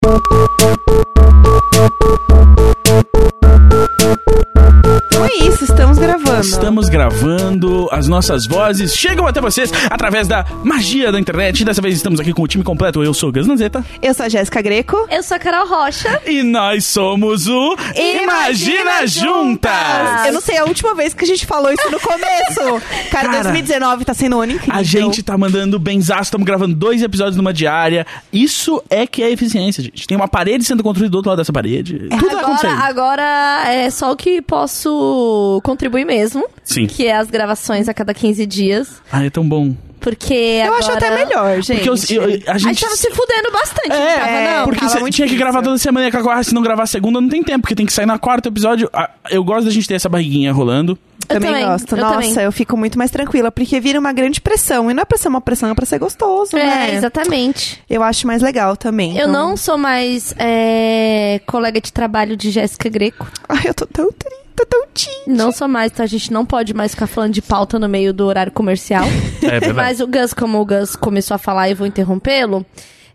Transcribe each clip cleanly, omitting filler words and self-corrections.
Então é isso, estamos gravando. Estamos gravando, as nossas vozes chegam até vocês através da magia da internet. Dessa vez estamos aqui com o time completo. Eu sou o Gus Lanzetta. Eu sou a Jéssica Greco. Eu sou a Carol Rocha. E nós somos o Imagina Juntas! Eu não sei, a última vez que a gente falou isso no começo. Cara, 2019 tá sendo um ano incrível. A gente tá mandando benzaço, estamos gravando 2 episódios numa diária. Isso é que é eficiência, gente. Tem uma parede sendo construída do outro lado dessa parede. Tudo vai acontecer. Agora é só o que posso contribuir mesmo. Sim. Que é as gravações a cada 15 dias. Ah, é tão bom. Porque eu agora... acho até melhor, gente. Porque a gente tava se fudendo bastante, não tava, não? Porque tava você muito tinha que gravar toda semana e a se não gravar a segunda, não tem tempo, porque tem que sair na 4º episódio. Eu gosto da gente ter essa barriguinha rolando. Também gosto. Nossa, eu fico muito mais tranquila, porque vira uma grande pressão. E não é pra ser uma pressão, é pra ser gostoso, né? É, exatamente. Eu acho mais legal também. Eu não sou mais colega de trabalho de Jéssica Greco. Ai, eu tô tão triste. Não sou mais, então a gente não pode mais ficar falando de pauta no meio do horário comercial. É verdade. Mas o Gus, como o Gus começou a falar e eu vou interrompê-lo,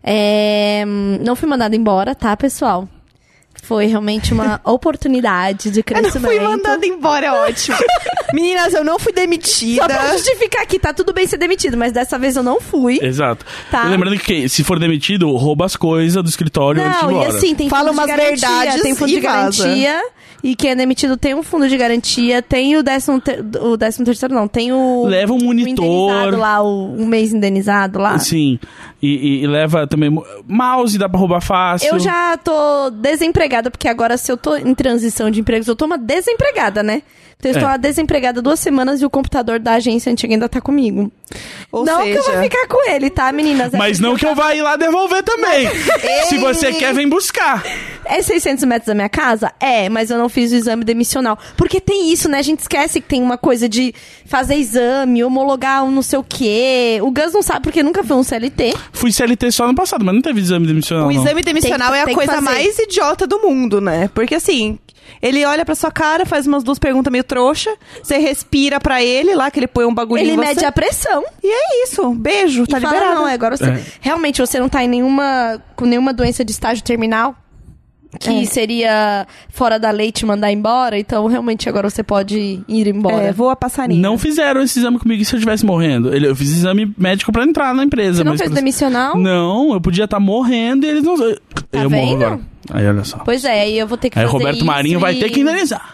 não fui mandada embora, tá, pessoal? Foi realmente uma oportunidade de crescimento. Eu não fui mandada embora, é ótimo. Meninas, eu não fui demitida. Só pra justificar aqui, tá tudo bem ser demitido, mas dessa vez eu não fui. Exato. Tá. E lembrando que se for demitido, rouba as coisas do escritório antes de ir Não, e embora. assim, tem Fala fundo de umas garantia, verdades tem fundo e de garantia. E quem é demitido tem um fundo de garantia, tem o 13º não, tem o... Leva um monitor. O indenizado lá, um mês indenizado lá. Sim. E leva também mouse, dá pra roubar fácil. Eu já tô desempregada, porque agora se eu tô em transição de empregos, eu tô uma desempregada, né? Então eu estou uma desempregada 2 semanas e o computador da agência antiga ainda tá comigo. Ou não seja... que eu vou ficar com ele, tá, meninas? Mas não que eu vá ir lá devolver também. Se você quer, vem buscar. É 600 metros da minha casa? É, mas eu não fiz o exame demissional. Porque tem isso, né? A gente esquece que tem uma coisa de fazer exame, homologar um não sei o quê. O Gus não sabe porque nunca foi um CLT. Fui CLT só no passado, mas não teve exame demissional. O exame demissional é a coisa mais idiota do mundo, né? Porque assim... Ele olha pra sua cara, faz umas 2 perguntas meio trouxa, você respira pra ele lá, que ele põe um bagulhinho Ele em você. mede a pressão. E é isso, beijo, tá liberado. Não, agora você... Realmente, você não tá com nenhuma doença de estágio terminal, que seria fora da lei te mandar embora, então realmente agora você pode ir embora. Voa passarinho. Não fizeram esse exame comigo se eu estivesse morrendo. Eu fiz exame médico pra entrar na empresa. Você não fez demissional? Não, eu podia estar morrendo e eles não... Tá eu vendo? morro agora. Aí, olha só. Pois é, aí eu vou ter que fazer o Roberto Marinho vai ter que indenizar.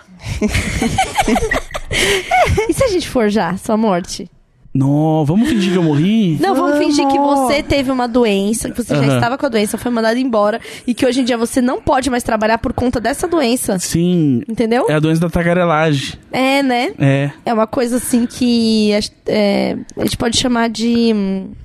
E se a gente forjar sua morte? Não, vamos fingir que eu morri? Não, vamos fingir que você teve uma doença, que você já estava com a doença, foi mandado embora e que hoje em dia você não pode mais trabalhar por conta dessa doença. Sim. Entendeu? É a doença da tagarelagem. É, né? É. É uma coisa assim que a gente pode chamar de...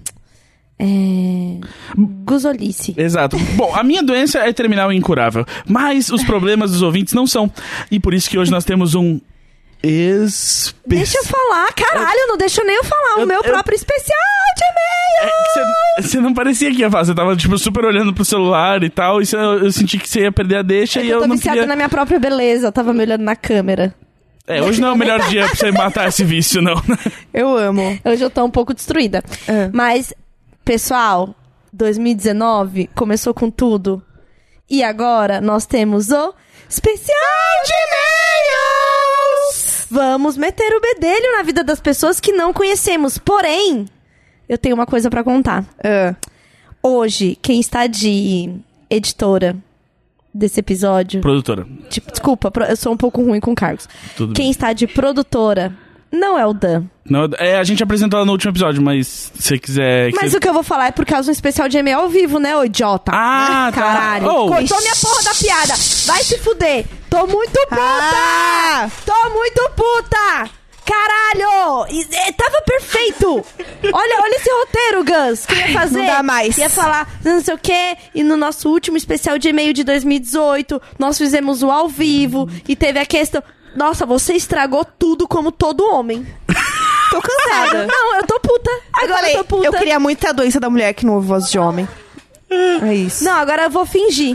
gusolice. Exato. Bom, a minha doença é terminal e incurável, mas os problemas dos ouvintes não são. E por isso que hoje nós temos um... Deixa eu falar, caralho, não deixa nem eu falar. O meu próprio especial de e-mail. Você não parecia que ia falar. Você tava, tipo, super olhando pro celular e tal. E eu senti que você ia perder a deixa e eu não queria... Eu tô viciada na minha própria beleza. Eu tava me olhando na câmera. Hoje não é o melhor dia pra você matar esse vício, não. Eu amo. Hoje eu tô um pouco destruída. Mas, pessoal, 2019 começou com tudo. E agora nós temos o especial de e-mails. Vamos meter o bedelho na vida das pessoas que não conhecemos. Porém, eu tenho uma coisa pra contar. Hoje, quem está de editora desse episódio... Produtora. Desculpa, eu sou um pouco ruim com cargos. Tudo quem bem. está de produtora não é o Dan. Não, a gente apresentou ela no último episódio, mas se você quiser... Mas o que eu vou falar é por causa de um especial de e-mail ao vivo, né, ô idiota? Ah, tá. Caralho. Cortou minha porra da piada. Vai se fuder. Tô muito puta. Tô muito puta. Caralho! Tava perfeito! Olha esse roteiro, Gus, que ia fazer. Não dá mais. Ia falar não sei o quê, e no nosso último especial de e-mail de 2018, nós fizemos o ao vivo, e teve a questão... Nossa, você estragou tudo como todo homem. Tô cansada. Não, eu tô puta. Agora eu tô puta. Eu queria muito ter a doença da mulher que não ouve voz de homem. É isso. Não, agora eu vou fingir.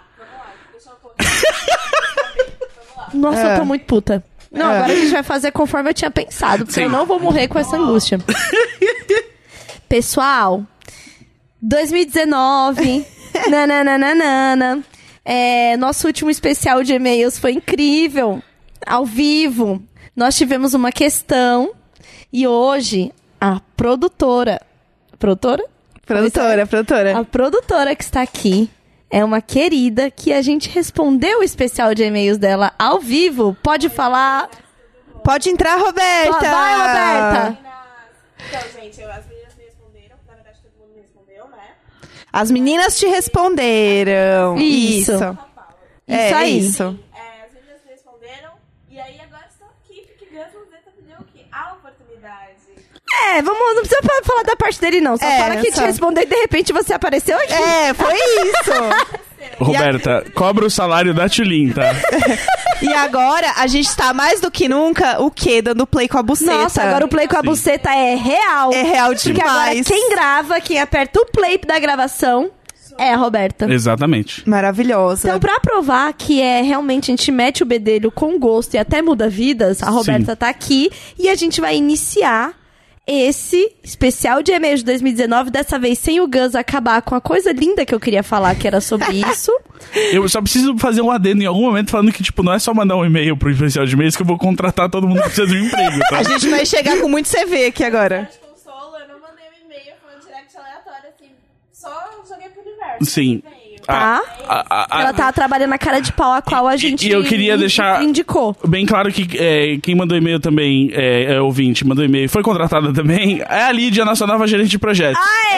Nossa, eu tô muito puta. Não, agora a gente vai fazer conforme eu tinha pensado, porque eu não vou morrer com essa angústia. Pessoal, 2019 Nananana. Nosso último especial de e-mails foi incrível. Ao vivo. Nós tivemos uma questão. E hoje, a produtora. Produtora? Produtora. A produtora que está aqui é uma querida que a gente respondeu o especial de e-mails dela ao vivo. Pode falar? Pode entrar, Roberta! Vai, Roberta! Então, gente, as meninas me responderam. Na verdade, todo mundo me respondeu, né? As meninas te responderam. Isso. Isso aí. As meninas me responderam. E aí, agora estou aqui, porque Gus Lanzetta me deu o quê? A oportunidade. Não precisa falar da parte dele, não. Só fala que te respondeu e de repente você apareceu aqui. Foi isso. Roberta, cobra o salário da Tulin, tá? E agora, a gente tá mais do que nunca, o quê? Dando play com a buceta. Nossa, agora o play com a buceta é real. É real demais. Porque agora quem grava, quem aperta o play da gravação é a Roberta. Exatamente. Maravilhosa. Então, pra provar que realmente a gente mete o bedelho com gosto e até muda vidas, a Roberta tá aqui e a gente vai iniciar esse especial de e-mail de 2019, dessa vez sem o Gus acabar com a coisa linda que eu queria falar, que era sobre isso. Eu só preciso fazer um adendo em algum momento falando que, tipo, não é só mandar um e-mail pro especial de e-mails que eu vou contratar todo mundo que precisa de um emprego, tá? A gente vai chegar com muito CV aqui agora. De consolo, eu não mandei um e-mail, foi um direct aleatório, assim, só joguei pro universo. Sim. Tá? Ela tava trabalhando na cara de pau, a qual a gente eu queria deixar indicou. Bem claro que quem mandou e-mail também, ouvinte, mandou e-mail, foi contratada também, é a Lídia, nossa nova gerente de projetos.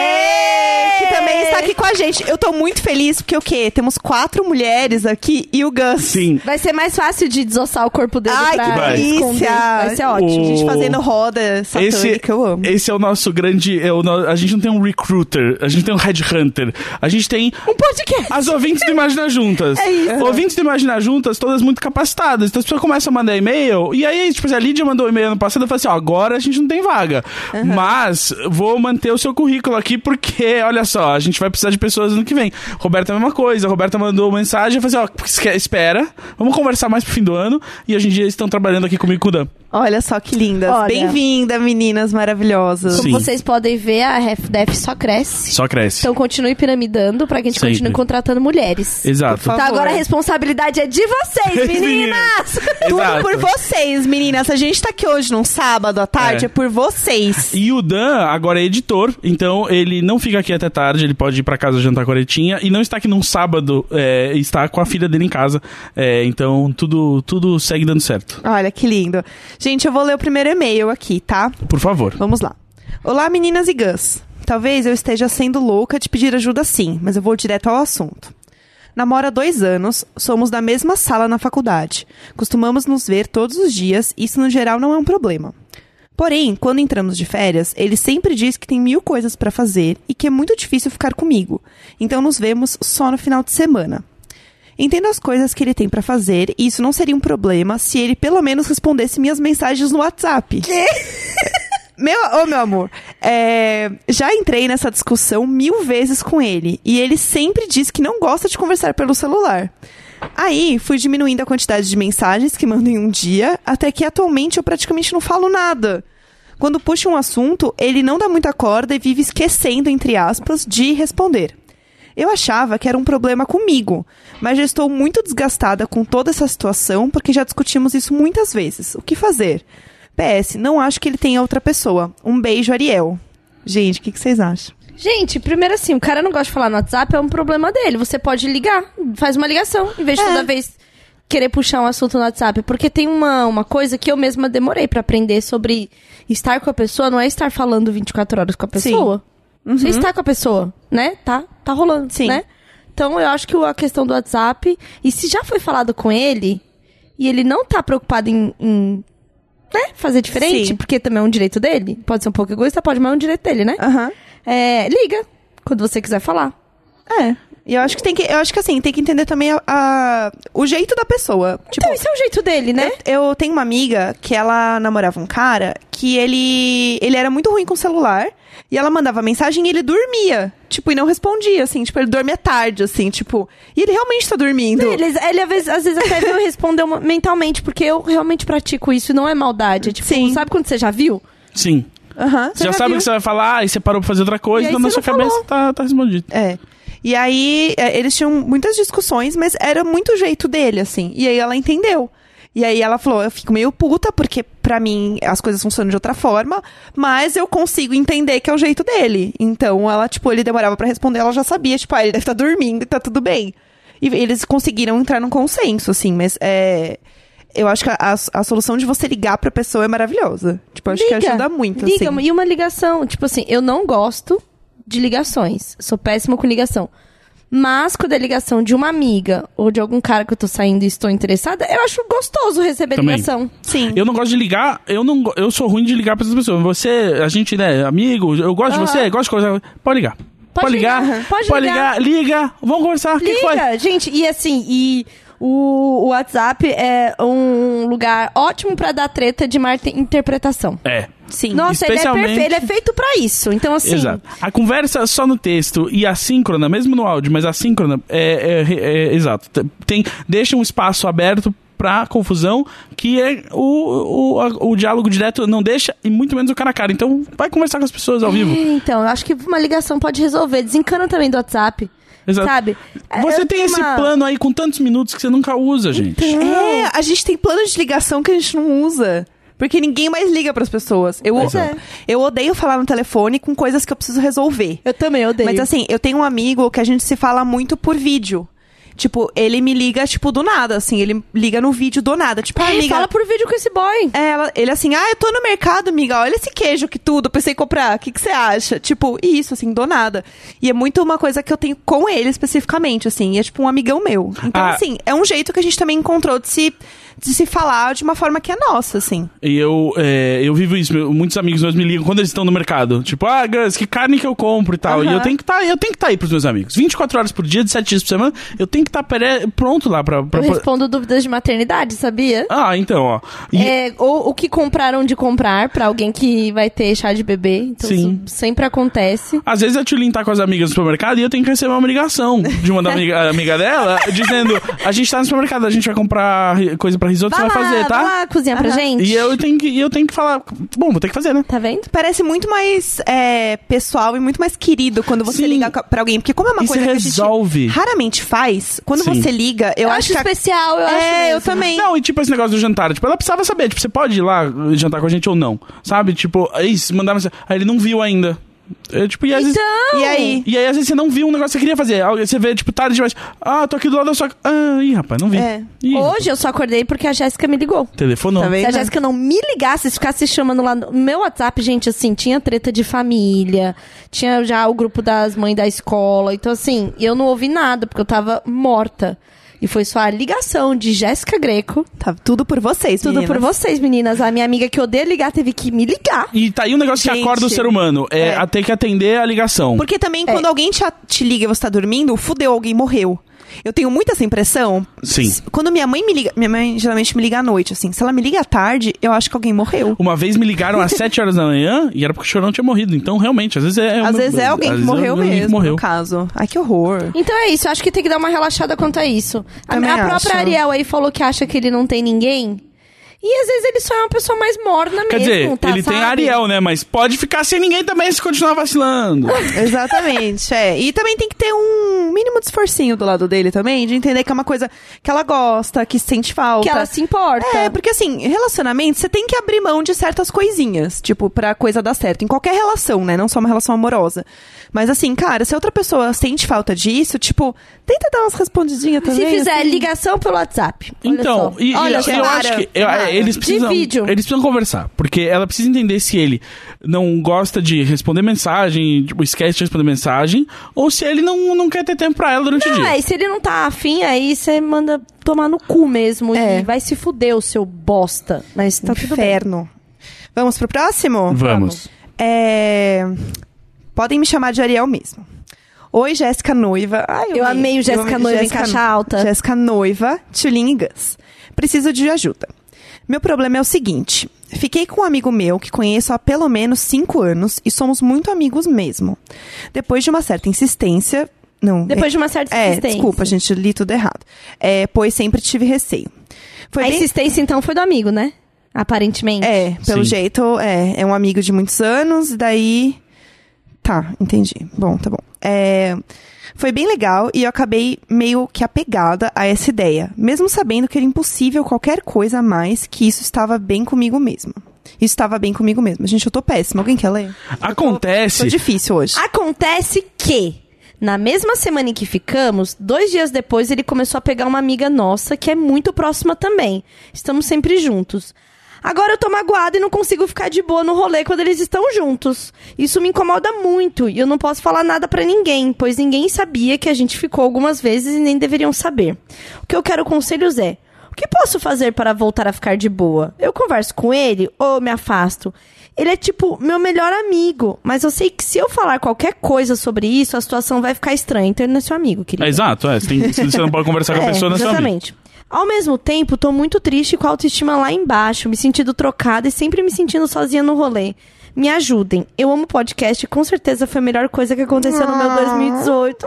Que também está aqui com a gente. Eu tô muito feliz porque o quê? Temos 4 mulheres aqui e o Gus. Sim. Vai ser mais fácil de desossar o corpo dele Ai, pra que delícia. esconder. Vai ser ótimo. A gente fazendo roda satânica, eu amo. Esse é o nosso grande... a gente não tem um recruiter, a gente tem um headhunter, a gente tem... Um podcast. As ouvintes do Imagina Juntas. É isso. Ouvintes do Imagina Juntas, todas muito capacitadas. Então as pessoas começam a mandar e-mail. E aí, tipo, a Lídia mandou um e-mail ano passado. Eu falei assim, agora a gente não tem vaga. Mas vou manter o seu currículo aqui porque, olha só, a gente vai precisar de pessoas ano que vem. Roberta é a mesma coisa. A Roberta mandou mensagem. Eu falei assim, espera. Vamos conversar mais pro fim do ano. E hoje em dia eles estão trabalhando aqui comigo com o Dan. Olha só que lindas. Olha. Bem-vinda, meninas maravilhosas. Sim. Como vocês podem ver, a RefDef só cresce. Só cresce. Então continue piramidando pra que a gente Sempre. continue contratando mulheres. Exato. Por Então favor. agora a responsabilidade é de vocês, meninas! Tudo Exato. por vocês, meninas. A gente tá aqui hoje num sábado à tarde, é por vocês. E o Dan agora é editor, então ele não fica aqui até tarde, ele pode ir pra casa jantar com a Aretinha e não está aqui num sábado, está com a filha dele em casa. Então tudo segue dando certo. Olha, que lindo. Gente, eu vou ler o primeiro e-mail aqui, tá? Por favor. Vamos lá. Olá, meninas e Gus. Talvez eu esteja sendo louca de pedir ajuda sim, mas eu vou direto ao assunto. Namoro há 2 anos, somos da mesma sala na faculdade. Costumamos nos ver todos os dias, isso no geral não é um problema. Porém, quando entramos de férias, ele sempre diz que tem 1000 coisas pra fazer e que é muito difícil ficar comigo. Então nos vemos só no final de semana. Entendo as coisas que ele tem pra fazer e isso não seria um problema se ele pelo menos respondesse minhas mensagens no WhatsApp. Quê? Meu amor, já entrei nessa discussão 1000 vezes com ele e ele sempre diz que não gosta de conversar pelo celular. Aí, fui diminuindo a quantidade de mensagens que mando em um dia, até que atualmente eu praticamente não falo nada. Quando puxo um assunto, ele não dá muita corda e vive esquecendo, entre aspas, de responder. Eu achava que era um problema comigo, mas já estou muito desgastada com toda essa situação porque já discutimos isso muitas vezes. O que fazer? PS, não acho que ele tenha outra pessoa. Um beijo, Ariel. Gente, o que vocês acham? Gente, primeiro assim, o cara não gosta de falar no WhatsApp, é um problema dele. Você pode ligar, faz uma ligação, em vez de toda vez querer puxar um assunto no WhatsApp. Porque tem uma coisa que eu mesma demorei pra aprender sobre estar com a pessoa, não é estar falando 24 horas com a pessoa. Uhum. Você está com a pessoa, né? Tá rolando, Sim. né? Então eu acho que a questão do WhatsApp, e se já foi falado com ele, e ele não tá preocupado em fazer diferente, Sim. porque também é um direito dele, pode ser um pouco egoísta, pode, mas é um direito dele, né? Aham. Liga, quando você quiser falar. E eu acho que tem que entender também o jeito da pessoa. Tipo, Então, esse é o jeito dele, né? eu tenho uma amiga que ela namorava um cara que ele era muito ruim com o celular. E ela mandava mensagem e ele dormia. Tipo, e não respondia, assim. Tipo, ele dormia tarde, assim, tipo... E ele realmente tá dormindo. Ele às vezes até veio responder mentalmente, porque eu realmente pratico isso e não é maldade. É, tipo, Sim. sabe quando você já viu? Sim. Aham. Você já sabe o que você vai falar, e você parou pra fazer outra coisa, E aí então na você sua não cabeça tá respondido. E aí, eles tinham muitas discussões, mas era muito o jeito dele, assim. E aí ela entendeu. E aí ela falou, eu fico meio puta, porque pra mim as coisas funcionam de outra forma, mas eu consigo entender que é o jeito dele. Então ela, tipo, ele demorava pra responder, ela já sabia, tipo, ele deve estar dormindo e tá tudo bem. E eles conseguiram entrar num consenso, assim, mas eu acho que a solução de você ligar pra pessoa é maravilhosa. Tipo, eu acho que ajuda muito, Liga, assim. E uma ligação, tipo assim, eu não gosto de ligações. Sou péssima com ligação. Mas quando é ligação de uma amiga ou de algum cara que eu tô saindo e estou interessada, eu acho gostoso receber Também. ligação. Sim. Eu não gosto de ligar, eu sou ruim de ligar pra essas pessoas. A gente, né, amigo, eu gosto de você, gosto de coisa. Pode ligar. Pode ligar. Pode ligar. Liga, vamos conversar. O que foi? Liga, gente, e assim, o WhatsApp é um lugar ótimo pra dar treta de má interpretação. Sim. Nossa, ele é Especialmente- perfeito, ele é feito pra isso. Então, assim, Exato. A conversa só no texto e assíncrona, mesmo no áudio, mas assíncrona, exato. Deixa um espaço aberto pra confusão, que é o diálogo direto não deixa, e muito menos o cara a cara. Então, vai conversar com as pessoas ao vivo. então, eu acho que uma ligação pode resolver. Desencana também do WhatsApp. Exato. Sabe? Você Eu tem tenho esse uma- plano aí com tantos minutos que você nunca usa, gente. A gente tem plano de ligação que a gente não usa. Porque ninguém mais liga pras pessoas. Pois é. Eu odeio falar no telefone com coisas que eu preciso resolver. Eu também odeio. Mas assim, eu tenho um amigo que a gente se fala muito por vídeo. Tipo, ele me liga, tipo, do nada, assim. Ele liga no vídeo do nada. Tipo, amiga... Fala por vídeo com esse boy. Ele assim, eu tô no mercado, amiga, olha esse queijo que tudo, pensei em comprar, o que você acha? Tipo, isso, assim, do nada. E é muito uma coisa que eu tenho com ele especificamente, assim, e é tipo um amigão meu. Então, assim, é um jeito que a gente também encontrou de se falar de uma forma que é nossa, assim. E eu vivo isso, muitos amigos meus me ligam quando eles estão no mercado. Tipo, Gus, que carne que eu compro e tal. E eu tenho que estar aí pros meus amigos. 24 horas por dia, de 7 dias por semana, eu tenho que estar pronto lá pra... Eu respondo dúvidas de maternidade, sabia? Então, ó. Ou o que compraram de comprar pra alguém que vai ter chá de bebê. Então, Sim. isso sempre acontece. Às vezes a Tulin tá com as amigas no supermercado e eu tenho que receber uma ligação de uma amiga dela, dizendo, a gente tá no supermercado, a gente vai comprar coisa pra risoto, você vai fazer, tá? Vai lá cozinhar pra gente. E eu tenho que falar, bom, vou ter que fazer, né? Tá vendo? Parece muito mais pessoal e muito mais querido quando você Sim. liga pra alguém. Porque como é uma Isso coisa que resolve. a gente raramente faz, quando Sim. você liga, eu acho que... especial, eu acho mesmo. eu também. Não, e tipo esse negócio do jantar, tipo, ela precisava saber, tipo, você pode ir lá jantar com a gente ou não, sabe? Tipo, mandar mensagem, aí ele não viu ainda. Tipo, e às vezes... Então... E aí? E aí, às vezes, você não viu um negócio que você queria fazer. Você vê, tipo, tarde demais. Tô aqui do lado da sua... Ih, rapaz, não vi. Ih, Hoje eu só acordei porque a Jéssica me ligou. telefonou. Tá vendo? Se a Jéssica não me ligasse, se ficasse chamando lá no meu WhatsApp, gente, assim, tinha treta de família, tinha já o grupo das mães da escola. Então, assim, eu não ouvi nada, porque eu tava morta. E foi só a ligação de Jéssica Greco. Tá tudo por vocês, Tudo meninas. por vocês, meninas. A minha amiga que odeia ligar teve que me ligar. E tá aí um negócio que Gente, acorda o ser humano. A ter que atender a ligação. Porque também, quando alguém te liga e você tá dormindo, fudeu, alguém morreu. Eu tenho muito essa impressão. Sim. Quando minha mãe me liga... Minha mãe geralmente me liga à noite, assim. Se ela me liga à tarde, eu acho que alguém morreu. Uma vez me ligaram às 7 horas da manhã e era porque o Chorão tinha morrido. Então, realmente, às vezes Às vezes é alguém que morreu alguém que mesmo, morreu. no caso. Ai, que horror. Então é isso, eu acho que tem que dar uma relaxada quanto a isso. A Também própria acho. Ariel aí falou que acha que ele não tem ninguém. E às vezes ele só é uma pessoa mais morna mesmo, Quer dizer, tá, ele tem a sabe? Ariel, né? Mas pode ficar sem ninguém também se continuar vacilando. Exatamente, E também tem que ter um mínimo de esforcinho do lado dele também, de entender que é uma coisa que ela gosta, que sente falta. Que ela se importa. Porque assim, relacionamento, você tem que abrir mão de certas coisinhas, tipo, pra coisa dar certo. Em qualquer relação, né? Não só uma relação amorosa. Mas assim, cara, se a outra pessoa sente falta disso, tipo, tenta dar umas respondidinhas também. Se fizer assim. ligação pelo WhatsApp. Olha Então, só. eu Olha acho só. que eles precisam, vídeo. eles precisam conversar, porque ela precisa entender se ele não gosta de responder mensagem, tipo, esquece de responder mensagem, ou se ele não quer ter tempo pra ela durante o dia. E se ele não tá afim, aí você manda tomar no cu mesmo. E vai se fuder, o seu bosta. Mas tá tudo bem. Inferno. Vamos pro próximo? Vamos. Podem me chamar de Ariel mesmo. Oi, Jéssica Noiva. Ai, Eu amei o Jéssica Noiva em caixa alta. Jéssica Noiva, Tulin e Gus. Preciso de ajuda. Meu problema é o seguinte. Fiquei com um amigo meu que conheço há pelo menos 5 anos e somos muito amigos mesmo. Depois de uma certa insistência... Não, Depois de uma certa insistência. Desculpa, gente, li tudo errado. Pois sempre tive receio. Foi A insistência, então, foi do amigo, né? Aparentemente. Pelo Sim. jeito, é um amigo de muitos anos, e daí... Tá, entendi. Bom, tá bom. Foi bem legal e eu acabei meio que apegada a essa ideia, mesmo sabendo que era impossível qualquer coisa a mais, que isso estava bem comigo mesma. Gente, eu tô péssima. Alguém quer ler? Acontece... Tô difícil hoje. Acontece que, na mesma semana em que ficamos, 2 dias depois ele começou a pegar uma amiga nossa, que é muito próxima também. Estamos sempre juntos. Agora eu tô magoada e não consigo ficar de boa no rolê quando eles estão juntos. Isso me incomoda muito e eu não posso falar nada pra ninguém, pois ninguém sabia que a gente ficou algumas vezes e nem deveriam saber. O que eu quero conselhos é: o que posso fazer para voltar a ficar de boa? Eu converso com ele ou eu me afasto? Ele é tipo meu melhor amigo, mas eu sei que se eu falar qualquer coisa sobre isso, a situação vai ficar estranha. Então ele não é seu amigo, querido. Exato, você não pode conversar com a pessoa, não é seu amigo. Exatamente. Ao mesmo tempo, tô muito triste com a autoestima lá embaixo, me sentindo trocada e sempre me sentindo sozinha no rolê. Me ajudem. Eu amo podcast e com certeza foi a melhor coisa que aconteceu no meu 2018.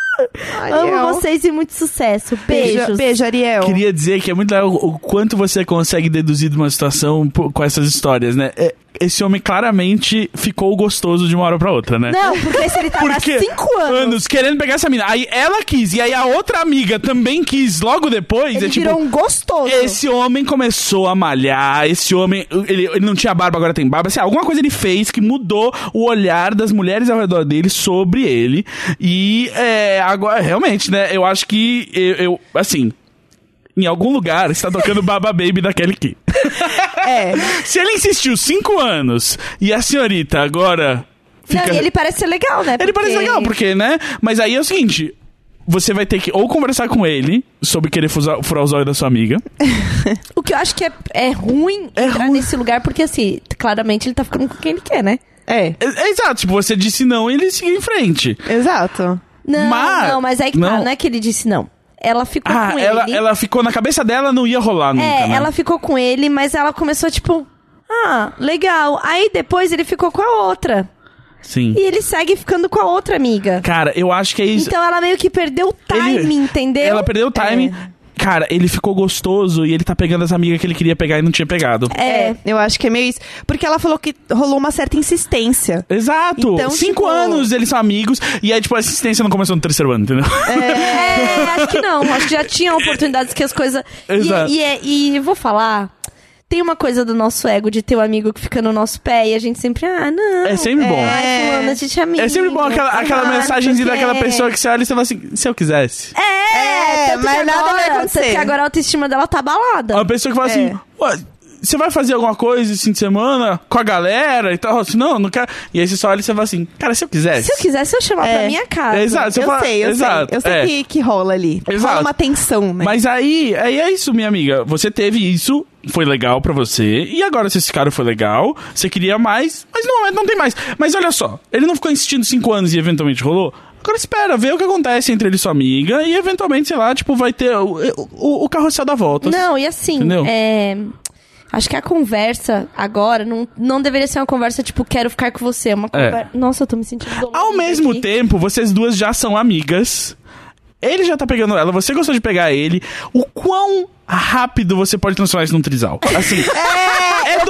Amo vocês e muito sucesso. Beijos. Beijo, Ariel. Queria dizer que é muito legal o quanto você consegue deduzir de uma situação com essas histórias, né? Esse homem claramente ficou gostoso de uma hora pra outra, né? Não, porque se ele tava há 5 anos querendo pegar essa mina. Aí ela quis, e aí a outra amiga também quis logo depois. ele virou um gostoso. Esse homem começou a malhar, esse homem, ele não tinha barba, agora tem barba. Assim, alguma coisa ele fez que mudou o olhar das mulheres ao redor dele sobre ele. E agora, realmente, né? Eu acho que assim, em algum lugar está tocando Baba Baby da Kelly Key. Se ele insistiu 5 anos e a senhorita agora fica... Não, e ele parece ser legal, né? Ele parece legal, porque, né? Mas aí é o seguinte... Você vai ter que ou conversar com ele sobre querer furar os olhos da sua amiga. O que eu acho que é ruim entrar nesse lugar, porque assim, claramente ele tá ficando com quem ele quer, né? Exato, tipo, você disse não e ele seguiu em frente. Exato. Mas aí que tá, não é que ele disse não. Ela ficou com ele. Ela ficou na cabeça dela, não ia rolar nunca, né? Ela ficou com ele, mas ela começou tipo, legal. Aí depois ele ficou com a outra. Sim. E ele segue ficando com a outra amiga. Cara, eu acho que é isso. Então ela meio que perdeu o timing, entendeu? Ela perdeu o timing. Cara, ele ficou gostoso e ele tá pegando as amigas que ele queria pegar e não tinha pegado. Eu acho que é meio isso. Porque ela falou que rolou uma certa insistência. Exato. Então, 5 anos eles são amigos. E aí, tipo, a insistência não começou no 3º ano, entendeu? Acho que não. Acho que já tinha oportunidades que as coisas... Exato. E vou falar... Tem uma coisa do nosso ego de ter um amigo que fica no nosso pé e a gente sempre, não. É sempre bom. Fulano, a gente é amigo. É sempre bom aquela mensagenzinha daquela pessoa que você olha e você fala assim, se eu quisesse. Mas nada vai acontecer. Porque agora a autoestima dela tá abalada. Uma pessoa que fala assim, você vai fazer alguma coisa esse fim de semana com a galera e tal? Assim, não quero. E aí você só olha e você fala assim, cara, se eu quisesse. Se eu quisesse, eu chamar pra minha casa. Exato. Eu sei que rola ali. Exato. Rola uma tensão, né? Mas aí é isso, minha amiga. Você teve isso, foi legal pra você. E agora, se esse cara foi legal, você queria mais, mas no momento não tem mais. Mas olha só, ele não ficou insistindo 5 anos e eventualmente rolou? Agora espera, vê o que acontece entre ele e sua amiga e eventualmente, sei lá, tipo, vai ter o carrossel da volta. Não, e assim, entendeu? Acho que a conversa agora não deveria ser uma conversa tipo, quero ficar com você. Uma conversa... Nossa, eu tô me sentindo dolorida. Ao mesmo aqui. tempo, vocês duas já são amigas. Ele já tá pegando ela, você gostou de pegar ele. O quão rápido você pode transformar isso num trisal? Assim, é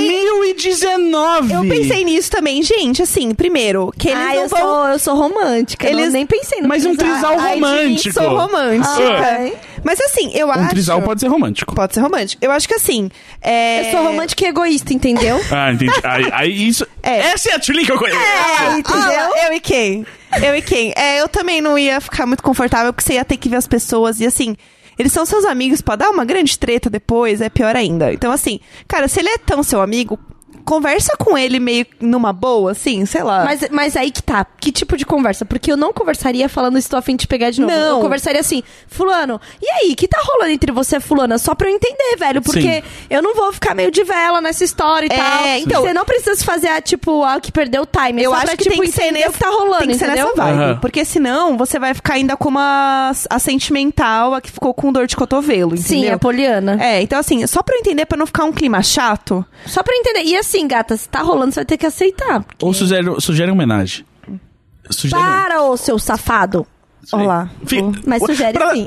2019. Eu pensei nisso também, gente. Assim, primeiro, que eles não vão... eu sou romântica. Eu nem pensei no Mas um trisal romântico. Sou romântica. Mas assim, eu acho... Um trisal pode ser romântico. Pode ser romântico. Eu acho que assim... Eu sou romântica e egoísta, entendeu? Entendi. Aí isso... Essa é a Tchuli que eu conheço. Entendeu? Eu e quem? Eu também não ia ficar muito confortável, porque você ia ter que ver as pessoas e assim... Eles são seus amigos, pra dar uma grande treta depois, é pior ainda. Então, assim, cara, se ele é tão seu amigo, conversa com ele meio numa boa, assim, sei lá. Mas aí que tá. Que tipo de conversa? Porque eu não conversaria falando estou a fim de pegar de novo. Não. Eu conversaria assim, fulano, e aí, que tá rolando entre você e fulana? Só pra eu entender, velho. Porque eu não vou ficar meio de vela nessa história e tal. Então, você não precisa se fazer que perdeu o time. Eu só acho pra, que tipo, tem que ser entender o que tá rolando, tem que ser entendeu? nessa vibe. Porque senão, você vai ficar ainda como a sentimental, a que ficou com dor de cotovelo, entendeu? Sim, a Poliana. Então assim, só pra eu entender, pra não ficar um clima chato. Só pra eu entender. E assim, gata, se tá rolando, você vai ter que aceitar. Porque... Ou sugere homenagem. Para, ô seu safado. Olá. Mas sugere sim.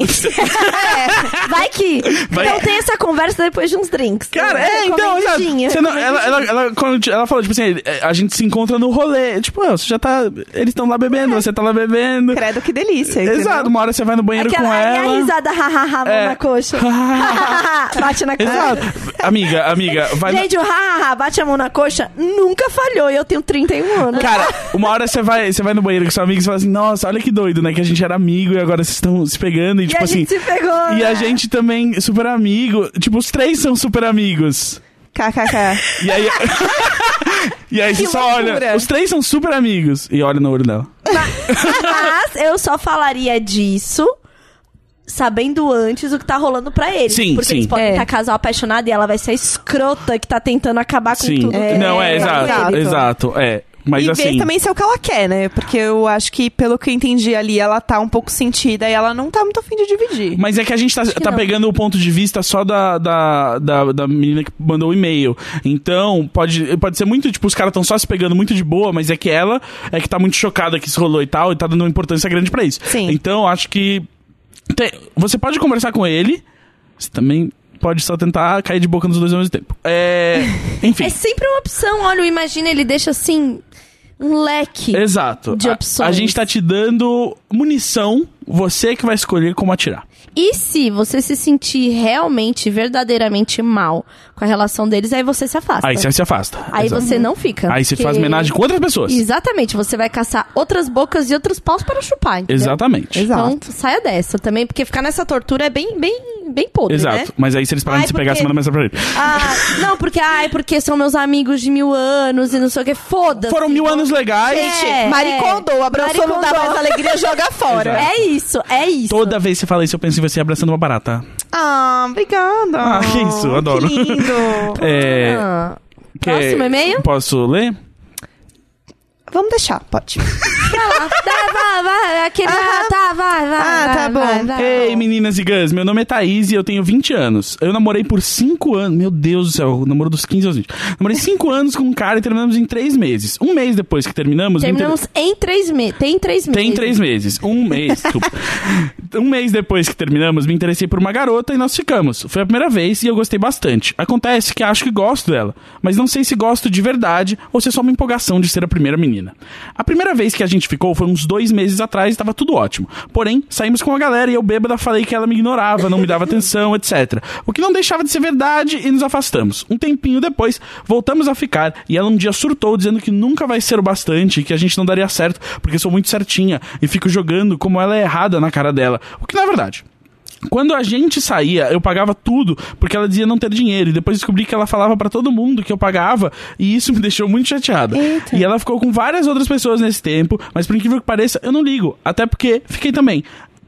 Vai que. Então tem essa conversa depois de uns drinks. Cara, então, exato. Ela falou, tipo assim, a gente se encontra no rolê. Tipo, você já tá... Eles estão lá bebendo, você tá lá bebendo. Credo, que delícia. Entendeu? Exato, uma hora você vai no banheiro com ela. E a risada, hahaha, mão na coxa. Bate na coxa. Exato. Amiga, vai... Gente, o hahaha, bate a mão na coxa, nunca falhou. E eu tenho 31 anos. Cara, uma hora você vai no banheiro com seu amigo e você fala assim, nossa, olha que doido, né? Que a gente era amigo e agora vocês estão se pegando. E tipo assim... a gente se pegou, E né? a gente também, super amigo. Tipo, os três são super amigos. KKK. E aí... E aí você só olha... Os três são super amigos. E olha no olho dela. Mas eu só falaria disso... sabendo antes o que tá rolando pra eles. Sim, porque sim. eles podem estar casal apaixonado e ela vai ser a escrota que tá tentando acabar com tudo. Exato. Mas e assim... ver também se é o que ela quer, né? Porque eu acho que, pelo que eu entendi ali, ela tá um pouco sentida e ela não tá muito afim de dividir. Mas é que a gente tá pegando o ponto de vista só da menina que mandou o e-mail. Então, pode ser muito, tipo, os caras tão só se pegando muito de boa, mas é que ela é que tá muito chocada que isso rolou e tal, e tá dando uma importância grande pra isso. Sim. Então, acho que... Você pode conversar com ele, você também... pode só tentar cair de boca nos dois ao mesmo tempo. Enfim. É sempre uma opção. Olha, imagina, ele deixa assim um leque Exato. de opções. A gente tá te dando munição, você que vai escolher como atirar. E se você se sentir realmente, verdadeiramente mal com a relação deles, aí você se afasta. Aí você se afasta. Aí Exato. você não fica. Aí você faz homenagem com outras pessoas. Exatamente. Você vai caçar outras bocas e outros paus para chupar, entendeu? Exatamente. Então, saia dessa também, porque ficar nessa tortura é bem podre, Exato. né? Mas aí se eles pararem de se pegar, você manda mensagem pra ele. Não, porque são meus amigos de 1000 anos e não sei o que. Foda-se. Foram 1000 anos legais. Gente, Maricondô, abraçou, não dá mais alegria, joga fora. É isso. Toda vez que você fala isso, eu penso em você abraçando uma barata. Obrigada. Que isso, adoro. Que lindo. Próximo e-mail? Posso ler? Vamos deixar, pode. Vai, aquele vai. Tá bom. Ei, meninas e gãs, meu nome é Thaís e eu tenho 20 anos. Eu namorei por 5 anos. Meu Deus do céu, namoro dos 15 aos 20. Namorei 5 anos com um cara e terminamos em 3 meses. Um mês depois que terminamos... em 3 meses. Tem 3 meses. Tem 3 meses. Um mês, desculpa. Um mês depois que terminamos, me interessei por uma garota e nós ficamos. Foi a primeira vez e eu gostei bastante. Acontece que acho que gosto dela, mas não sei se gosto de verdade ou se é só uma empolgação de ser a primeira menina. A primeira vez que a gente ficou foi uns 2 meses atrás e estava tudo ótimo. Porém, saímos com a galera e eu bêbada falei que ela me ignorava, não me dava atenção, etc. O que não deixava de ser verdade e nos afastamos. Um tempinho depois, voltamos a ficar e ela um dia surtou dizendo que nunca vai ser o bastante e que a gente não daria certo porque sou muito certinha e fico jogando como ela é errada na cara dela. O que não é verdade. Quando a gente saía, eu pagava tudo, porque ela dizia não ter dinheiro. E depois descobri que ela falava pra todo mundo que eu pagava, e isso me deixou muito chateada. Eita. E ela ficou com várias outras pessoas nesse tempo, mas por incrível que pareça, eu não ligo. Até porque fiquei também.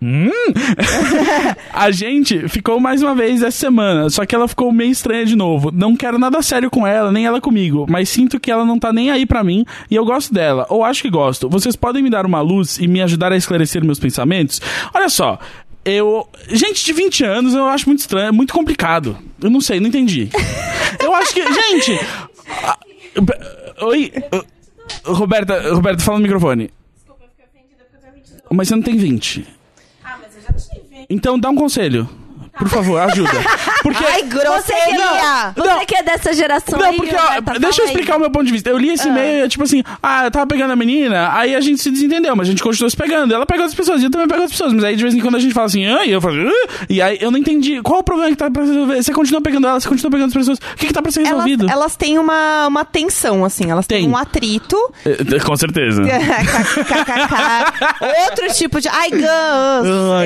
A gente ficou mais uma vez essa semana, só que ela ficou meio estranha de novo. Não quero nada sério com ela, nem ela comigo, mas sinto que ela não tá nem aí pra mim e eu gosto dela, ou acho que gosto. Vocês podem me dar uma luz e me ajudar a esclarecer meus pensamentos? Olha só, gente de 20 anos eu acho muito estranho, muito complicado. Eu não sei, não entendi. Eu acho que... Gente... Oi... Roberta, fala no microfone. Desculpa, eu fiquei ofendida porque eu tenho 22. Mas você não tem 20. Mas eu já tive. Então dá um conselho. Por favor, ajuda. Porque... Ai, grosseria! Você que é dessa geração Não, aí, porque, Roberta, deixa eu fala explicar aí. o meu ponto de vista. Eu li esse e-mail e é tipo assim, eu tava pegando a menina, aí a gente se desentendeu, mas a gente continuou se pegando. Ela pegou as pessoas, e eu também pego as pessoas. Mas aí de vez em quando a gente fala assim, e eu falo, e aí eu não entendi. Qual o problema que tá pra resolver? Você continua pegando ela, você continua pegando as pessoas. O que tá pra ser resolvido? Elas têm uma tensão, assim, elas têm um atrito. Com certeza. Outro tipo de... Ai, Gus!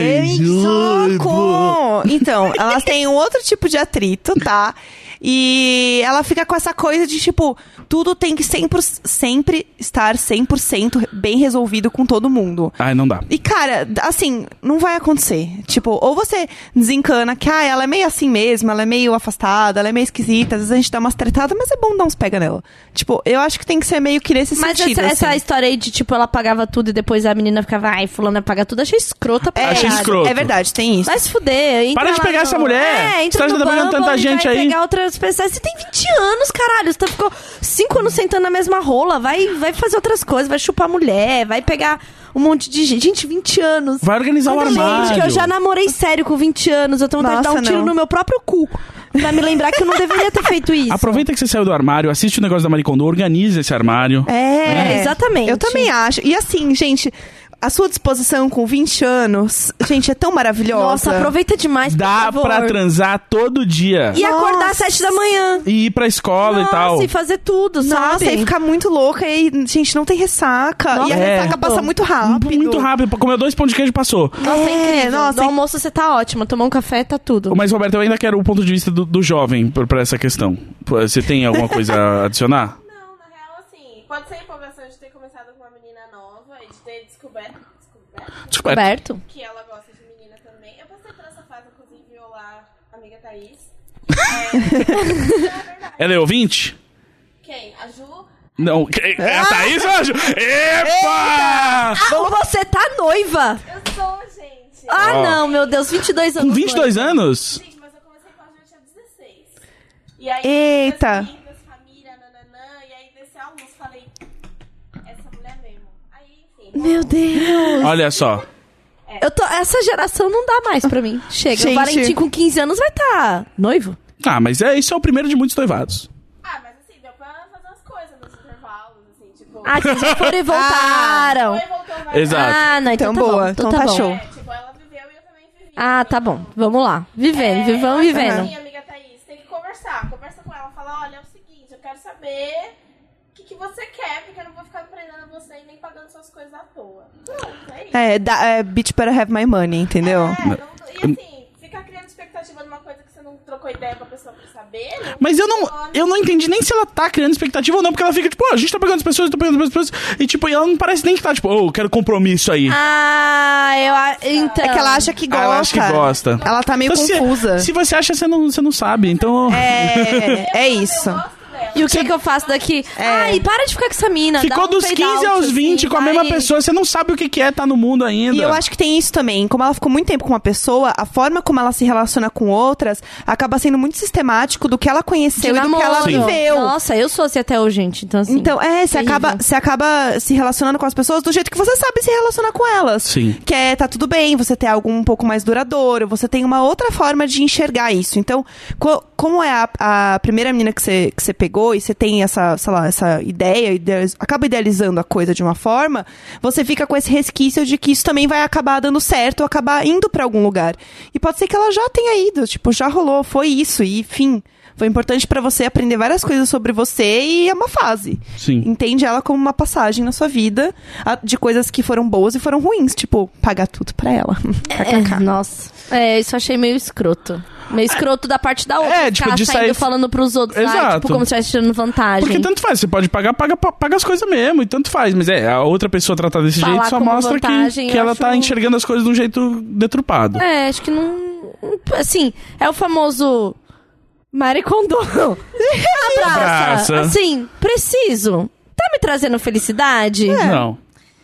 Soco! Então, elas têm um outro tipo de atrito, tá? E ela fica com essa coisa de, tipo, tudo tem que sempre estar 100% bem resolvido com todo mundo. Ai, não dá. E, cara, assim, não vai acontecer. Tipo, ou você desencana que, ela é meio assim mesmo, ela é meio afastada, ela é meio esquisita, às vezes a gente dá umas tretadas, mas é bom dar uns pega nela. Tipo, eu acho que tem que ser meio que nesse sentido, Mas essa assim. história aí de, tipo, ela pagava tudo e depois a menina ficava, fulana paga tudo, achei escrota pra Achei caralho. escroto. É verdade, tem isso. Vai se fuder. Para de pegar essa mulher. Entra Você no tá pegando Bumble tanta e gente vai aí. pegar outras pessoas. Você tem 20 anos, caralho. Você ficou 5 anos sentando na mesma rola. Vai fazer outras coisas, vai chupar mulher, vai pegar um monte de gente. Gente, 20 anos. Vai organizar o armário. Gente, eu já namorei sério com 20 anos. Eu tenho vontade de dar um tiro no meu próprio cu. Pra me lembrar que eu não deveria ter feito isso. Aproveita que você saiu do armário, assiste o negócio da Marie Kondo, organiza esse armário. Exatamente. Eu também acho. E assim, gente, a sua disposição com 20 anos, gente, é tão maravilhosa. Nossa, aproveita demais, por Dá favor. pra transar todo dia. E acordar às 7 da manhã. E ir pra escola e tal. Nossa, e fazer tudo, Nossa, sabe? e ficar muito louca e, gente, não tem ressaca. Nossa, e a ressaca passa muito rápido. Muito rápido. Comeu 2 pão de queijo, passou. Nossa, é incrível. nossa, No almoço você tá ótima. Tomar um café, tá tudo. Mas, Roberto, eu ainda quero o ponto de vista do jovem pra essa questão. Você tem alguma coisa a adicionar? Não, na real, assim, pode ser empolgação de ter começado com uma menina nova e de ter descoberto Descoberto. que ela gosta de menina também. Eu passei por essa fase, inclusive, olá, amiga Thaís. É verdade. Ela é ouvinte? Quem? A Ju? Não. É a Thaís ou a Ju? Epa! Você tá noiva? Eu sou, gente. Não, meu Deus, 22 anos. Com 22 anos? Gente, mas eu comecei com a Ju, eu tinha 16. E aí, Eita. as amigas, família, nananã, e aí desse almoço, falei, essa mulher mesmo. Aí, enfim. Meu Deus. Olha só. Essa geração não dá mais pra mim. Chega, Gente. o Valentim com 15 anos vai tá noivo. Ah, mas isso é o primeiro de muitos noivados. Ah, mas assim, deu pra fazer umas coisas nos intervalos, assim, tipo... Ah, que já foram e voltaram. Foi, voltou, vai. Exato. Ah, não, então Então tá boa, bom. então tá tá bom. show. Tipo, ela viveu e eu também vivi. Ah, tá bom. Vamos lá. Vivendo, eu acho vivendo. que, amiga Thaís, tem que conversar. Conversa com ela, fala, olha, é o seguinte, eu quero saber o que você quer, porque eu não vou ficar prendendo você e nem pagando suas coisas à toa. Pronto, é isso. Bitch better have my money, entendeu? E assim, ficar criando expectativa numa coisa que você não trocou ideia com a pessoa pra saber. Mas eu não entendi nem se ela tá criando expectativa ou não, porque ela fica tipo, a gente tá pegando as pessoas, e tipo, ela não parece nem que tá tipo, eu quero compromisso aí. Então. É que ela acha que gosta. Ela acha que gosta. Ela tá meio Então, confusa. Se você acha, você não sabe, então... É isso. E o que eu faço daqui? Ai, para de ficar com essa mina. Ficou dá um dos fade 15 out, aos 20 assim, com a vai. mesma pessoa, você não sabe o que é estar no mundo ainda. E eu acho que tem isso também. Como ela ficou muito tempo com uma pessoa, a forma como ela se relaciona com outras acaba sendo muito sistemático do que ela conheceu De e do que ela namoro. viveu. Nossa, eu sou assim até hoje, gente. Então, assim. Então, você acaba se relacionando com as pessoas do jeito que você sabe se relacionar com elas. Sim. Que é, tá tudo bem, você ter algo um pouco mais duradouro, você tem uma outra forma de enxergar isso. Então, como é a primeira menina que você pegou e você tem essa, sei lá, essa ideia, acaba idealizando a coisa de uma forma, você fica com esse resquício de que isso também vai acabar dando certo, ou acabar indo pra algum lugar. E pode ser que ela já tenha ido, tipo, já rolou, foi isso, e enfim... Foi importante pra você aprender várias coisas sobre você e é uma fase. Sim. Entende ela como uma passagem na sua vida de coisas que foram boas e foram ruins. Tipo, pagar tudo pra ela. Nossa. Isso eu achei meio escroto. Meio escroto da parte da outra. Tipo, ficar de saindo sair... falando pros outros. Exato. Tipo, como se estivesse tirando vantagem. Porque tanto faz, você pode paga as coisas mesmo, e tanto faz. Mas a outra pessoa tratar desse Falar jeito só como mostra vantagem, que ela acho- tá enxergando as coisas de um jeito deturpado. Acho que não... Assim, é o famoso... Marie Kondo. Abraça. Assim, preciso. Tá me trazendo felicidade? Não.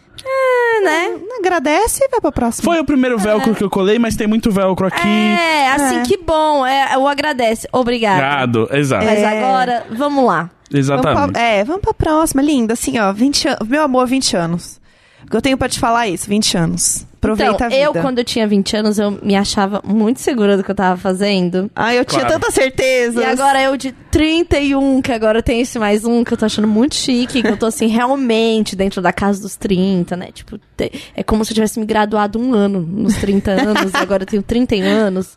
Né? Agradece e vai pra próxima. Foi o primeiro velcro que eu colei, mas tem muito velcro aqui. Que bom. Eu agradece. Obrigada. Gado, exato. Mas agora, vamos lá. Exatamente. Vamos pra próxima, linda. Assim, ó, 20 anos. Meu amor, 20 anos. O que eu tenho pra te falar é isso, 20 anos. Aproveita Então, a vida. eu, quando eu tinha 20 anos, eu me achava muito segura do que eu tava fazendo. Eu tinha Claro. tanta certeza. E agora eu de 31, que agora eu tenho esse mais um, que eu tô achando muito chique, que eu tô assim, realmente dentro da casa dos 30, né? Tipo, é como se eu tivesse me graduado um ano nos 30 anos, e agora eu tenho 31 anos.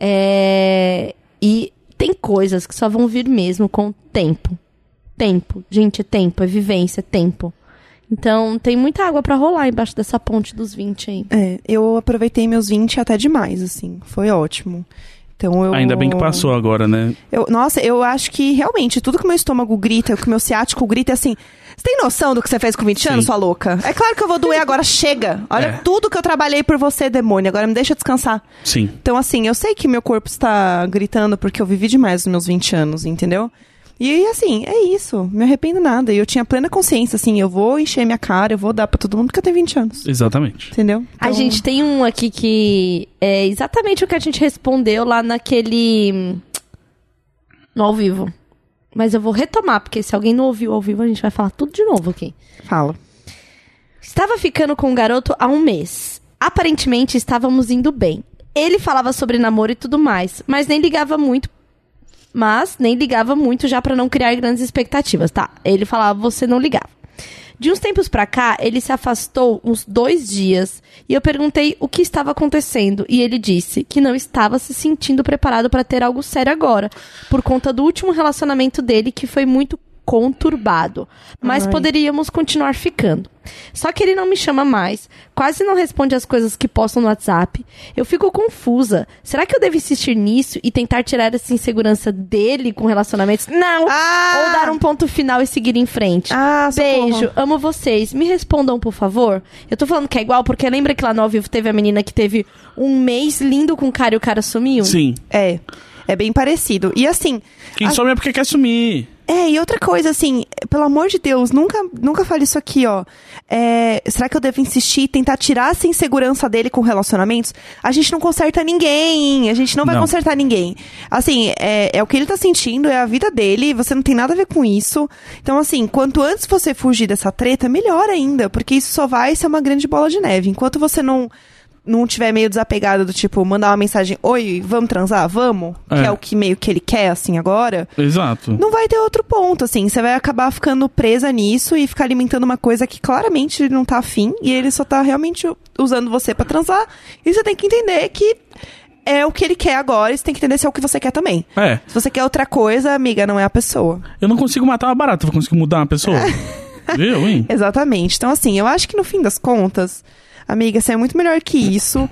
E tem coisas que só vão vir mesmo com o tempo. Tempo. Gente, é tempo, é vivência, é tempo. Então, tem muita água pra rolar embaixo dessa ponte dos 20 aí. Eu aproveitei meus 20 até demais, assim. Foi ótimo. Então eu... Ainda bem que passou agora, né? Nossa, eu acho que realmente tudo que o meu estômago grita, que o meu ciático grita é assim... Você tem noção do que você fez com 20 anos, sua louca? É claro que eu vou doer agora, chega. Olha tudo que eu trabalhei por você, demônio. Agora me deixa descansar. Sim. Então, assim, eu sei que meu corpo está gritando porque eu vivi demais nos meus 20 anos, entendeu? E, assim, é isso. Me arrependo nada. E eu tinha plena consciência, assim, eu vou encher minha cara, eu vou dar pra todo mundo porque eu tenho 20 anos. Exatamente. Entendeu? A Então, gente tem um aqui que é exatamente o que a gente respondeu lá naquele... No ao vivo. Mas eu vou retomar, porque se alguém não ouviu ao vivo, a gente vai falar tudo de novo aqui. Fala. Estava ficando com um garoto há 1 mês. Aparentemente, estávamos indo bem. Ele falava sobre namoro e tudo mais, mas nem ligava muito já pra não criar grandes expectativas, tá? Ele falava, você não ligava. De uns tempos pra cá, ele se afastou uns 2 dias e eu perguntei o que estava acontecendo e ele disse que não estava se sentindo preparado pra ter algo sério agora, por conta do último relacionamento dele que foi muito conturbado, mas poderíamos continuar ficando. Só que ele não me chama mais, quase não responde as coisas que postam no WhatsApp. Eu fico confusa. Será que eu devo insistir nisso e tentar tirar essa insegurança dele com relacionamentos? Não! Ou dar um ponto final e seguir em frente? Beijo, amo vocês. Me respondam, por favor. Eu tô falando que é igual, porque lembra que lá no Ao Vivo teve a menina que teve 1 mês lindo com o cara e o cara sumiu? Sim. É bem parecido. E assim... Quem some é porque quer sumir. E outra coisa, assim, pelo amor de Deus, nunca fale isso aqui, ó. Será que eu devo insistir e tentar tirar essa insegurança dele com relacionamentos? A gente não conserta ninguém, a gente não vai consertar ninguém. Assim, é o que ele tá sentindo, é a vida dele, você não tem nada a ver com isso. Então, assim, quanto antes você fugir dessa treta, melhor ainda, porque isso só vai ser uma grande bola de neve. Enquanto você não tiver meio desapegado do tipo, mandar uma mensagem, oi, vamos transar? Vamos? Que é o que meio que ele quer, assim, agora. Exato. Não vai ter outro ponto, assim. Você vai acabar ficando presa nisso e ficar alimentando uma coisa que claramente ele não tá afim e ele só tá realmente usando você pra transar. E você tem que entender que é o que ele quer agora e você tem que entender se é o que você quer também. Se você quer outra coisa, amiga, não é a pessoa. Eu não consigo matar uma barata, vou conseguir mudar uma pessoa. Viu, hein? Exatamente. Então, assim, eu acho que no fim das contas... Amiga, você é muito melhor que isso.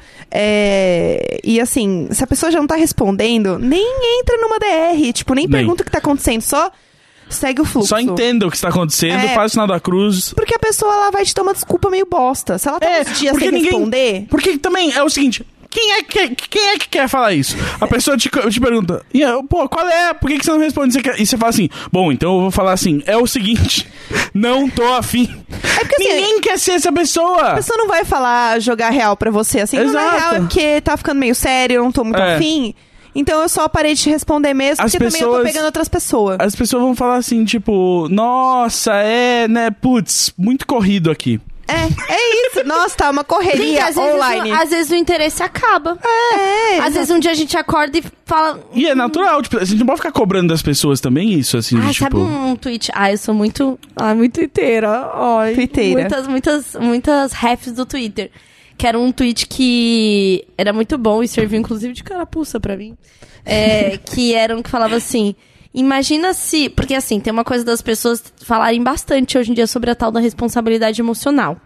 E assim, se a pessoa já não tá respondendo, nem entra numa DR. Tipo, nem pergunta o que tá acontecendo. Só segue o fluxo. Só entenda o que está acontecendo, faz o sinal da cruz. Porque a pessoa, ela vai te dar uma desculpa meio bosta. Se ela tá uns dias sem responder... Porque também é o seguinte... Quem é que quer falar isso? A pessoa te pergunta, pô, qual é? Por que você não responde? E você fala assim, bom, então eu vou falar assim, é o seguinte, não tô afim. Porque, assim, ninguém quer ser essa pessoa. A pessoa não vai falar, jogar real pra você, assim, Exato. Não é real, é porque tá ficando meio sério, eu não tô muito afim. Então eu só parei de te responder mesmo, porque também eu tô pegando outras pessoas. As pessoas vão falar assim, tipo, nossa, né, putz, muito corrido aqui. É isso. Nossa, tá uma correria online. Às vezes o interesse acaba. Às vezes um dia a gente acorda e fala... E é natural, tipo, a gente não pode ficar cobrando das pessoas também isso, assim, tipo... sabe um tweet? Eu sou muito twitteira. Twitteira. Muitas refs do Twitter. Que era um tweet que era muito bom e serviu inclusive de carapuça pra mim. Que falava assim... Imagina se... Porque, assim, tem uma coisa das pessoas falarem bastante hoje em dia sobre a tal da responsabilidade emocional.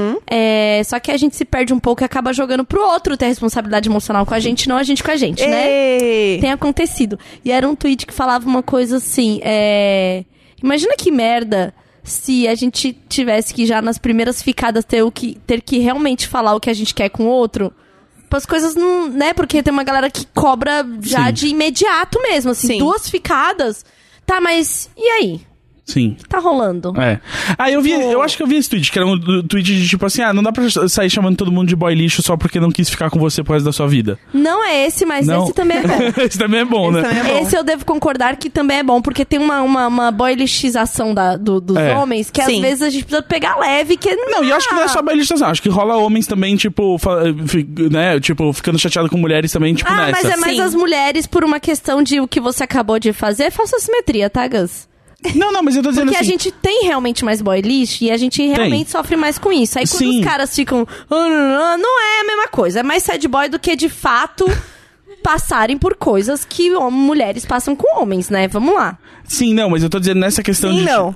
Só que a gente se perde um pouco e acaba jogando pro outro ter responsabilidade emocional com a gente, não a gente com a gente, né? Tem acontecido. E era um tweet que falava uma coisa assim... Imagina que merda se a gente tivesse que já nas primeiras ficadas ter que realmente falar o que a gente quer com o outro... As coisas não, né? Porque tem uma galera que cobra já de imediato mesmo, assim, 2 ficadas. Tá, mas e aí? Sim. Tá rolando. Eu acho que eu vi esse tweet, que era um tweet de tipo assim, não dá pra sair chamando todo mundo de boy lixo só porque não quis ficar com você por causa da sua vida. Não é esse, mas esse também é bom. Esse também é bom, né? Esse eu devo concordar que também é bom, porque tem uma boy lixização dos homens que às vezes a gente precisa pegar leve, Não, e acho que não é só boy lixização, acho que rola homens também, tipo, né, tipo, ficando chateado com mulheres também, tipo, nessa. Mas é mais as mulheres por uma questão de o que você acabou de fazer, é falsa simetria, tá, Gus? Não, mas eu tô dizendo porque assim... a gente tem realmente mais boy lixo e a gente realmente sofre mais com isso. Aí quando os caras ficam... Não é a mesma coisa. É mais sad boy do que, de fato, passarem por coisas que mulheres passam com homens, né? Vamos lá. Sim, não, mas eu tô dizendo nessa questão de... Não.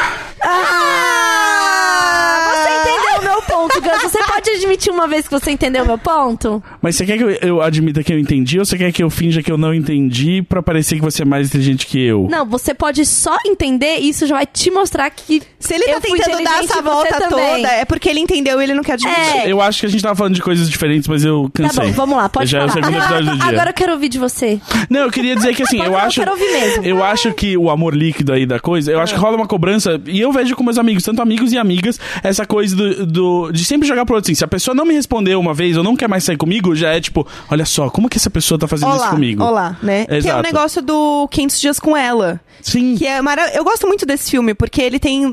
Você entendeu o meu ponto, Gus. Você pode admitir uma vez que você entendeu o meu ponto? Mas você quer que eu admita que eu entendi ou você quer que eu finja que eu não entendi pra parecer que você é mais inteligente que eu? Não, você pode só entender e isso já vai te mostrar que se ele tá tentando dar essa volta toda, é porque ele entendeu e ele não quer admitir. Eu acho que a gente tava falando de coisas diferentes, mas eu cansei. Tá bom, vamos lá, pode falar. Já é o segundo episódio do dia. Agora eu quero ouvir de você. Não, eu queria dizer que assim, eu quero ouvir mesmo. Eu acho que o amor líquido aí da coisa, eu acho que rola uma cobrança, e eu vejo com meus amigos, tanto amigos e amigas, essa coisa de sempre jogar pro outro assim, se a pessoa não me respondeu uma vez ou não quer mais sair comigo, já é tipo, olha só, como que essa pessoa tá fazendo isso comigo? Olá, né? Exato. Que é o negócio do 500 Dias com Ela. Sim. Que é eu gosto muito desse filme, porque ele tem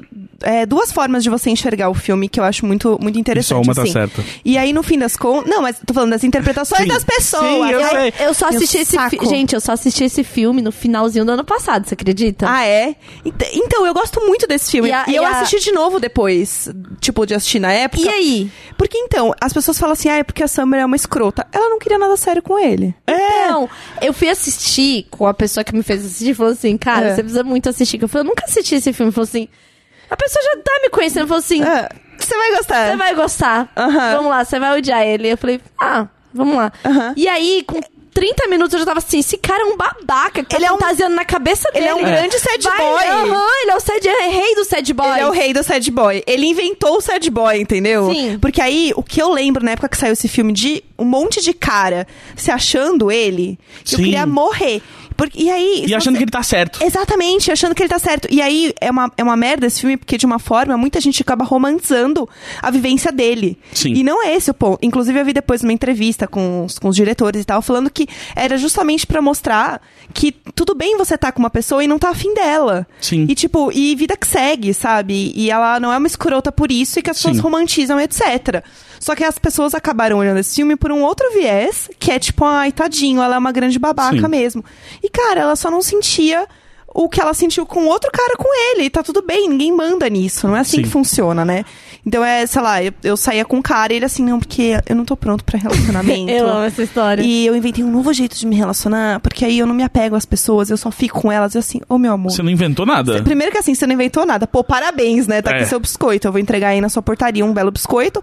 duas formas de você enxergar o filme que eu acho muito, muito interessante. Só uma tá assim. certa. E aí, no fim das contas... Não, mas tô falando das interpretações das pessoas. Sim, eu sei. Eu só assisti esse filme. Gente, eu só assisti esse filme no finalzinho do ano passado, você acredita? Ah, é? Então, eu gosto muito desse filme. E eu assisti de novo depois, tipo, de assistir na época. E aí? Porque, então, as pessoas falam assim, é porque a Summer é uma escrota. Ela não queria nada sério com ele. Então, eu fui assistir com a pessoa que me fez assistir e falou assim, cara, você precisa muito assistir. Eu falei, eu nunca assisti esse filme. Falou assim, a pessoa já tá me conhecendo. Falou assim, você vai gostar. Você vai gostar. Vamos lá, você vai odiar ele. Eu falei, vamos lá. E aí, com 30 minutos eu já tava assim, esse cara é um babaca que tá fantasiando na cabeça dele. Ele é um grande sad boy. Ele é o rei do sad boy. Ele é o rei do sad boy. Ele inventou o sad boy, entendeu? Sim. Porque aí, o que eu lembro na época que saiu esse filme, de um monte de cara se achando ele, eu queria morrer. E aí... E achando que ele tá certo. Exatamente, achando que ele tá certo. E aí, é uma merda esse filme, porque de uma forma, muita gente acaba romantizando a vivência dele. Sim. E não é esse o ponto. Inclusive, eu vi depois uma entrevista com os diretores e tal, falando que era justamente pra mostrar que tudo bem você tá com uma pessoa e não tá afim dela. Sim. E tipo, e vida que segue, sabe? E ela não é uma escrota por isso e que as pessoas romantizam, etc. Só que as pessoas acabaram olhando esse filme por um outro viés, que é tipo, ai, tadinho, ela é uma grande babaca mesmo. E, cara, ela só não sentia o que ela sentiu com outro cara com ele. E tá tudo bem, ninguém manda nisso. Não é assim que funciona, né? Então, sei lá, eu saía com um cara e ele assim, não, porque eu não tô pronto pra relacionamento. Eu amo essa história. E eu inventei um novo jeito de me relacionar, porque aí eu não me apego às pessoas, eu só fico com elas. E assim, meu amor. Você não inventou nada? Primeiro que assim, você não inventou nada. Pô, parabéns, né? Tá aqui seu biscoito. Eu vou entregar aí na sua portaria um belo biscoito.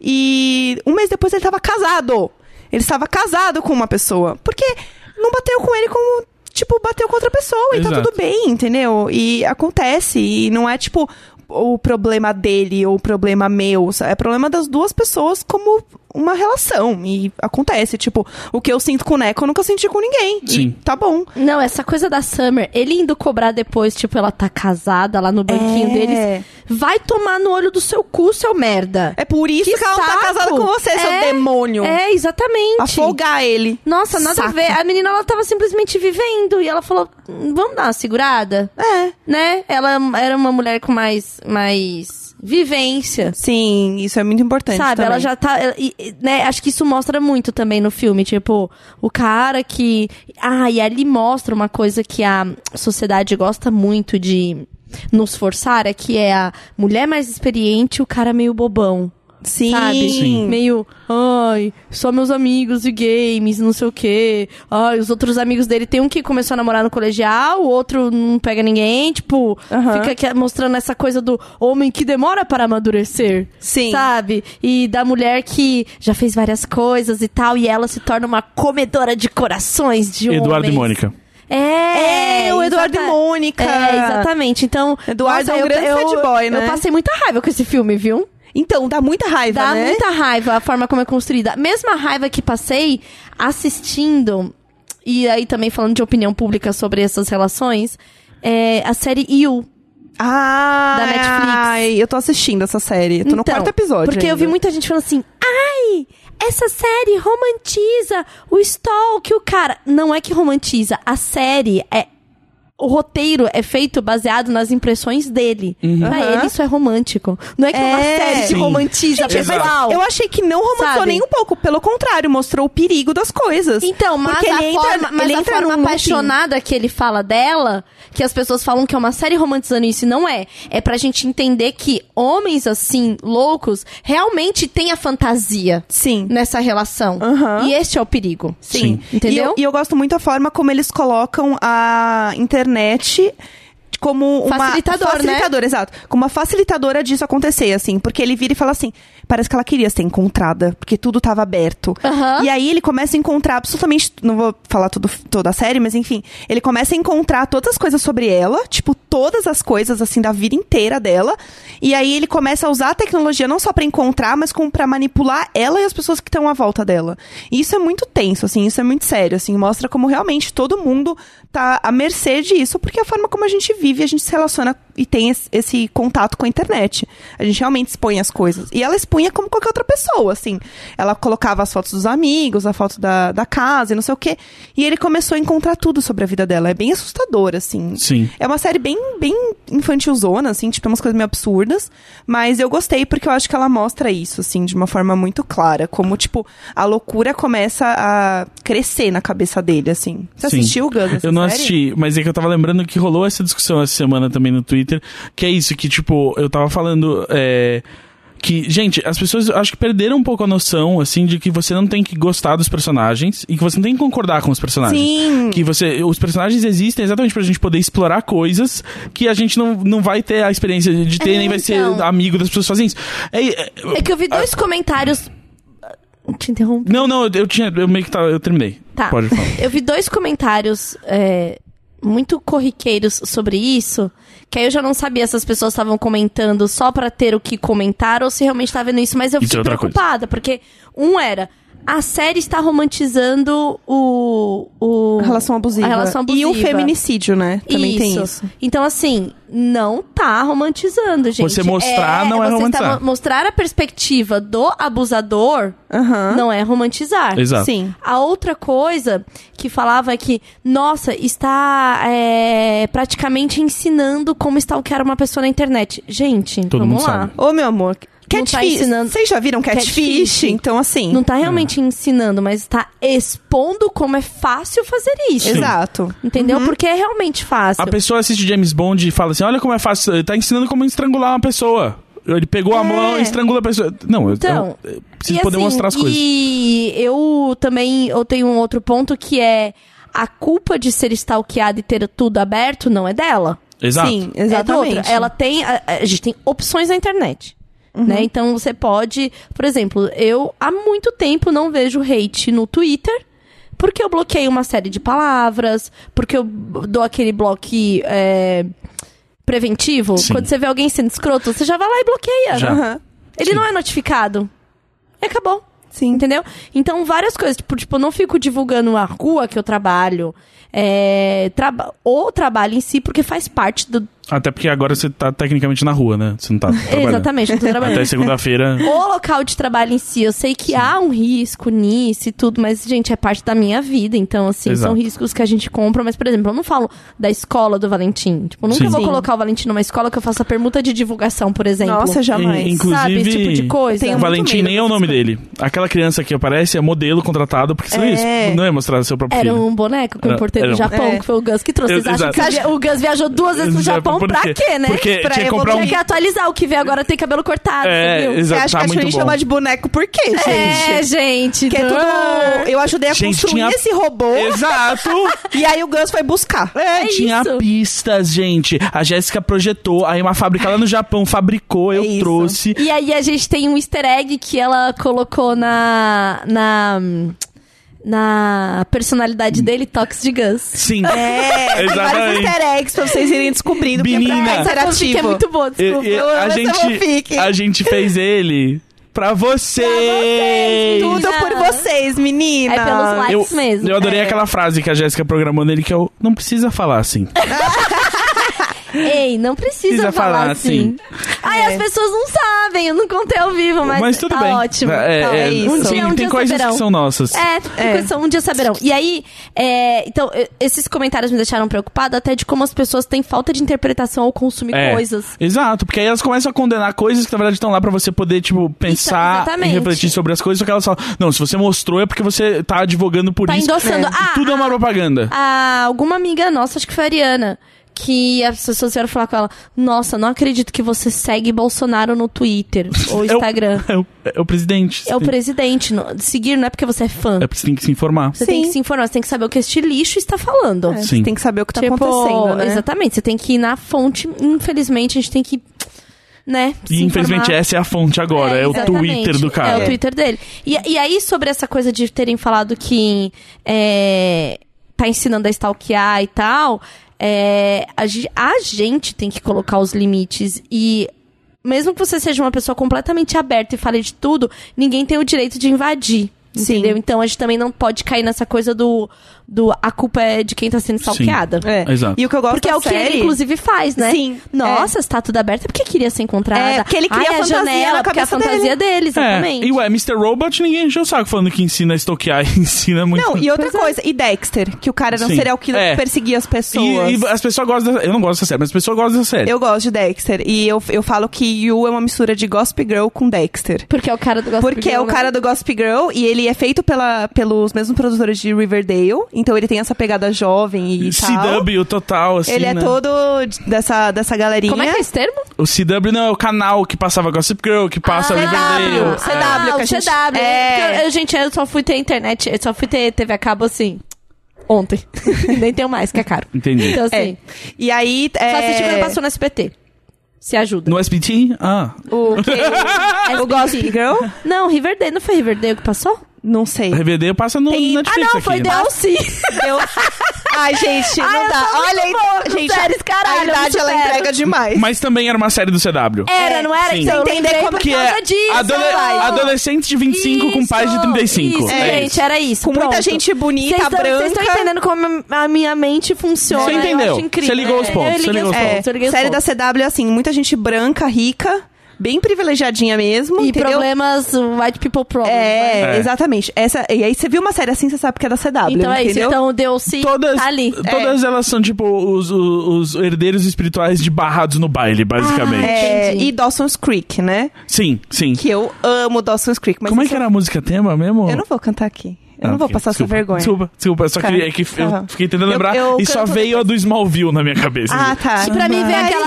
E um mês depois ele tava casado. Ele estava casado com uma pessoa. Porque não bateu com ele como... Tipo, bateu com outra pessoa. Exato. E tá tudo bem, entendeu? E acontece. E não é, tipo, o problema dele ou o problema meu. É problema das duas pessoas como uma relação. E acontece. Tipo, o que eu sinto com o Neco, eu nunca senti com ninguém. Sim. E tá bom. Não, essa coisa da Summer, ele indo cobrar depois, tipo, ela tá casada lá no banquinho deles. Vai tomar no olho do seu cu, seu merda. É por isso que ela não tá casada com você, seu demônio. É, exatamente. Afogar ele. Nossa, nada a ver. A menina, ela tava simplesmente vivendo. E ela falou, vamos dar uma segurada? Né? Ela era uma mulher com mais vivência. Sim, isso é muito importante. Sabe, também. ela já tá... né, acho que isso mostra muito também no filme. Tipo, o cara que... e ali mostra uma coisa que a sociedade gosta muito de nos forçar, é que é a mulher mais experiente e o cara meio bobão. Sim. Sabe? Sim. Meio, só meus amigos de games, não sei o quê. Os outros amigos dele, tem um que começou a namorar no colegial, o outro não pega ninguém, tipo, fica aqui mostrando essa coisa do homem que demora para amadurecer. Sim. Sabe? E da mulher que já fez várias coisas e tal, e ela se torna uma comedora de corações de homens. Eduardo e Mônica. O Eduardo e Mônica. Exatamente. Então, Eduardo é um grande sad boy, né? Eu passei muita raiva com esse filme, viu? Então, dá muita raiva, Dá né? muita raiva a forma como é construída. Mesma raiva que passei assistindo, e aí também falando de opinião pública sobre essas relações, a série You. Da Netflix. Eu tô assistindo essa série. Tô no quarto episódio porque ainda. eu vi muita gente falando assim, essa série romantiza o stalk, o cara... Não é que romantiza, a série o roteiro é feito baseado nas impressões dele. Pra ele, isso é romântico. Não é que uma série que romantiza pessoal. Eu achei que não romantizou nem um pouco. Pelo contrário, mostrou o perigo das coisas. Então, mas porque a forma apaixonada que ele fala dela, que as pessoas falam que é uma série romantizando isso, e não é. É pra gente entender que homens, assim, loucos, realmente têm a fantasia nessa relação. E este é o perigo. Sim. Entendeu? E eu gosto muito da forma como eles colocam a internet como uma facilitadora, exato. Como uma facilitadora disso acontecer, assim. Porque ele vira e fala assim, parece que ela queria ser encontrada, porque tudo tava aberto. E aí ele começa a encontrar absolutamente, não vou falar toda a série, mas enfim, ele começa a encontrar todas as coisas sobre ela, tipo, todas as coisas, assim, da vida inteira dela. E aí ele começa a usar a tecnologia não só pra encontrar, mas como pra manipular ela e as pessoas que estão à volta dela. E isso é muito tenso, assim, isso é muito sério, assim, mostra como realmente todo mundo tá à mercê disso, porque é a forma como a gente vive, a gente se relaciona e tem esse contato com a internet. A gente realmente expõe as coisas. E ela expunha como qualquer outra pessoa, assim. Ela colocava as fotos dos amigos, a foto da casa e não sei o quê. E ele começou a encontrar tudo sobre a vida dela. É bem assustador, assim. Sim. É uma série bem infantilzona, assim, tipo, umas coisas meio absurdas. Mas eu gostei porque eu acho que ela mostra isso, assim, de uma forma muito clara. Como, tipo, a loucura começa a crescer na cabeça dele, assim. Você assistiu, Gus, essa Eu não série? assisti, mas é que eu tava lembrando que rolou essa discussão essa semana também no Twitter, que é isso, que, tipo, eu tava falando... que, gente, as pessoas acho que perderam um pouco a noção, assim, de que você não tem que gostar dos personagens e que você não tem que concordar com os personagens. Sim. Que os personagens existem exatamente pra gente poder explorar coisas que a gente não vai ter a experiência de ter, nem vai ser amigo das pessoas que fazem isso. É que eu vi 2 comentários... Te interrompi. Não, eu meio que eu terminei. Tá. Pode falar. Eu vi 2 comentários muito corriqueiros sobre isso, que aí eu já não sabia se as pessoas estavam comentando só pra ter o que comentar ou se realmente tava vendo isso, mas eu fiquei preocupada, porque era... A série está romantizando a relação abusiva. E o feminicídio, né? Também tem isso. Então, assim, não tá romantizando, gente. Você mostrar não é romantizar. Mostrar a perspectiva do abusador não é romantizar. Exato. Sim. A outra coisa que falava é que, nossa, está praticamente ensinando como stalkear uma pessoa na internet. Gente, todo vamos mundo lá. sabe. Ô, meu amor... Catfish, ensinando... Vocês já viram Catfish? Então, assim... Não tá realmente ensinando, mas tá expondo como é fácil fazer isso. Sim. Exato. Entendeu? Porque é realmente fácil. A pessoa assiste James Bond e fala assim, olha como é fácil, ele tá ensinando como estrangular uma pessoa. Ele pegou a mão e estrangula a pessoa. Não, eu preciso poder mostrar as coisas. E eu tenho um outro ponto que é a culpa de ser stalkeada e ter tudo aberto não é dela. Exato. Sim, exatamente. É do outro. Ela tem... A gente tem opções na internet. Né? Então você pode... Por exemplo, eu há muito tempo não vejo hate no Twitter, porque eu bloqueio uma série de palavras, porque eu dou aquele bloco preventivo. Sim. Quando você vê alguém sendo escroto, você já vai lá e bloqueia. Já. Ele Sim. não é notificado. E acabou. Sim. Entendeu? Então, várias coisas. Tipo, eu não fico divulgando a rua que eu trabalho. O trabalho em si, porque faz parte do... Até porque agora você tá tecnicamente na rua, né? Você não tá trabalhando. Exatamente, não tô trabalhando. Até segunda-feira. O local de trabalho em si, eu sei que há um risco nisso e tudo, mas, gente, é parte da minha vida. Então, assim, Exato. são riscos que a gente compra. Mas, por exemplo, eu não falo da escola do Valentim. Tipo, eu nunca vou colocar o Valentim numa escola que eu faço a permuta de divulgação, por exemplo. Nossa, jamais. Inclusive, sabe, esse tipo de coisa. Tenho o Valentim muito medo nem é o nome dele. Aquela criança que aparece é modelo contratado, porque você não ia mostrar seu próprio Era filho. um boneco que eu importei do Japão, que foi o Gus que trouxe. Vocês acham que o Gus viajou 2 vezes pro Japão pra quê, né? Porque Pra tinha que comprar Tinha que atualizar, o que vê agora tem cabelo cortado, você viu? Você exato, acha tá que a muito gente bom. chama de boneco por quê, gente? Gente. Que é tudo... Eu ajudei a Gente, construir esse robô. Exato! E aí o Gus foi buscar. Tinha isso. pistas, gente. A Jéssica projetou, aí uma fábrica lá no Japão fabricou, eu isso. trouxe. E aí a gente tem um easter egg que ela colocou na personalidade dele, Tox de Gus. Sim. Tem vários exatamente. easter eggs pra vocês irem descobrindo. Menina. Porque é Essa fanfic interativo. é muito boa, desculpa. Eu amo essa fanfic. A gente fez ele pra vocês. Tudo por vocês, meninas. É pelos likes mesmo. Eu adorei aquela frase que a Jéssica programou nele, que eu não precisa falar assim. Ei, não precisa falar assim. Ai, as pessoas não sabem, eu não contei ao vivo, mas tudo tá bem. ótimo. é isso. Um Tem dia coisas saberão. que são nossas. Um dia saberão. E aí, então, esses comentários me deixaram preocupada até de como as pessoas têm falta de interpretação ao consumir coisas. Exato, porque aí elas começam a condenar coisas que na verdade estão lá pra você poder, tipo, pensar e exatamente. refletir sobre as coisas, só que elas falam, não, se você mostrou é porque você tá advogando por Tá isso. endossando. Tudo é uma propaganda. Alguma amiga nossa, acho que foi a Ariana, que as pessoas vieram falar com ela, nossa, não acredito que você segue Bolsonaro no Twitter ou Instagram. É o presidente. É o presidente. Seguir não é porque você é fã. É porque você tem que se informar. Você tem que se informar, você tem que saber o que este lixo está falando. Você tem que saber o que tá acontecendo, né? Exatamente, você tem que ir na fonte. Infelizmente, a gente tem que... né, E infelizmente essa é a fonte agora, é o exatamente. Twitter do cara. É o Twitter dele. E aí, sobre essa coisa de terem falado que tá ensinando a stalkear e tal... a gente tem que colocar os limites e mesmo que você seja uma pessoa completamente aberta e fale de tudo, ninguém tem o direito de invadir. Entendeu? Sim. Então a gente também não pode cair nessa coisa do a culpa é de quem tá sendo stalkeada. Exato. E o que eu gosto Porque da é o que série... ele, inclusive, faz, né? Sim. Nossa, está tudo aberto. É porque queria ser encontrada. É, porque ele cria a fantasia janela, na porque é a cabeça fantasia dele, exatamente. E Mr. Robot, ninguém encheu o saco falando que ensina a stalkear. Ensina muito. Não, e outra coisa. E Dexter, que o cara era um Sim. serial killer que perseguia as pessoas. E as pessoas gostam dessa... Eu não gosto dessa série, mas as pessoas gostam dessa série. Eu gosto de Dexter. E eu falo que Yu é uma mistura de Gossip Girl com Dexter. Porque é o cara do Gossip Porque Girl, é o cara do Gossip Girl e ele é feito pelos mesmos produtores de Riverdale. Então ele tem essa pegada jovem e tal. CW total, assim, Ele é né? todo dessa galerinha. Como é que é esse termo? O CW não é o canal que passava Gossip Girl, que passa Riverdale. CW, que a o gente... CW. Gente, eu só fui ter internet, eu só fui ter TV a cabo, assim, ontem. Nem tenho mais, que é caro. Entendi. Então, assim, E aí... só assisti quando passou no SBT. Se ajuda. No SBT? O quê? O Gossip Girl? Não, Riverdale. Não foi Riverdale que passou? Não sei. Riverdale passa no Netflix não, foi aqui. DLC. Ai, gente, não eu dá. sou muito Olha, boa, gente, séries, caralho, a idade eu ela supero. entrega demais. Mas também era uma série do CW. Era, não era? Sim. Então, eu Você entender lembrei como por Que causa é disso. adolescentes de 25 com pais de 35. Isso, É gente, era isso. Com muita pronto. gente bonita, branca. Vocês estão entendendo como a minha mente funciona. Você entendeu. Eu acho incrível. Você ligou os pontos, Eu você liguei ligou os os pontos. Eu liguei os Série da pontos. CW é assim, muita gente branca, rica, bem privilegiadinha mesmo, E entendeu? problemas, white people problems. né? Exatamente. E aí você viu uma série assim, você sabe que é da CW, Então é isso. entendeu? Então o DLC tá ali. Todas elas são, tipo, os herdeiros espirituais de Barrados no Baile, basicamente. entendi. E Dawson's Creek, né? Sim. Que eu amo Dawson's Creek. Mas Como é isso que era a música tema mesmo? Eu não vou cantar aqui. Eu não vou Ok, passar essa vergonha. Desculpa. Eu só Cara, queria que eu fiquei tentando lembrar eu e só canto veio a do Smallville na minha cabeça. Ah, tá. E pra mim veio aquela...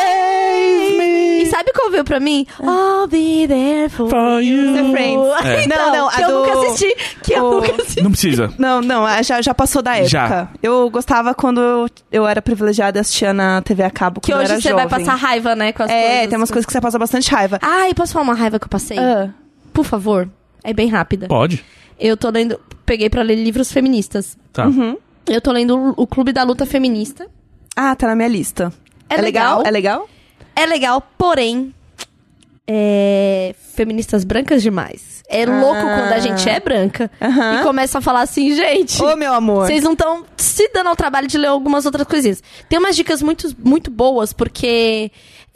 Save me E sabe qual veio pra mim? I'll be there for you. The Friends. É. Então, Não, que a eu do- nunca assisti. Que eu nunca assisti. Não precisa. Não, já passou da época. Já. Eu gostava quando eu era privilegiada e assistia na TV a cabo, Que quando eu hoje era você jovem. vai passar raiva, né, com as coisas. Tem umas coisas que você passa bastante raiva. Ai, posso falar uma raiva que eu passei? Por favor. É bem rápida. Pode. Eu tô lendo... Peguei pra ler livros feministas. Tá. Eu tô lendo o Clube da Luta Feminista. Ah, tá na minha lista. É legal. É legal? É legal, porém... feministas brancas demais. É louco quando a gente é branca e começa a falar assim, gente... Ô, meu amor. Vocês não estão se dando ao trabalho de ler algumas outras coisinhas. Tem umas dicas muito, muito boas, porque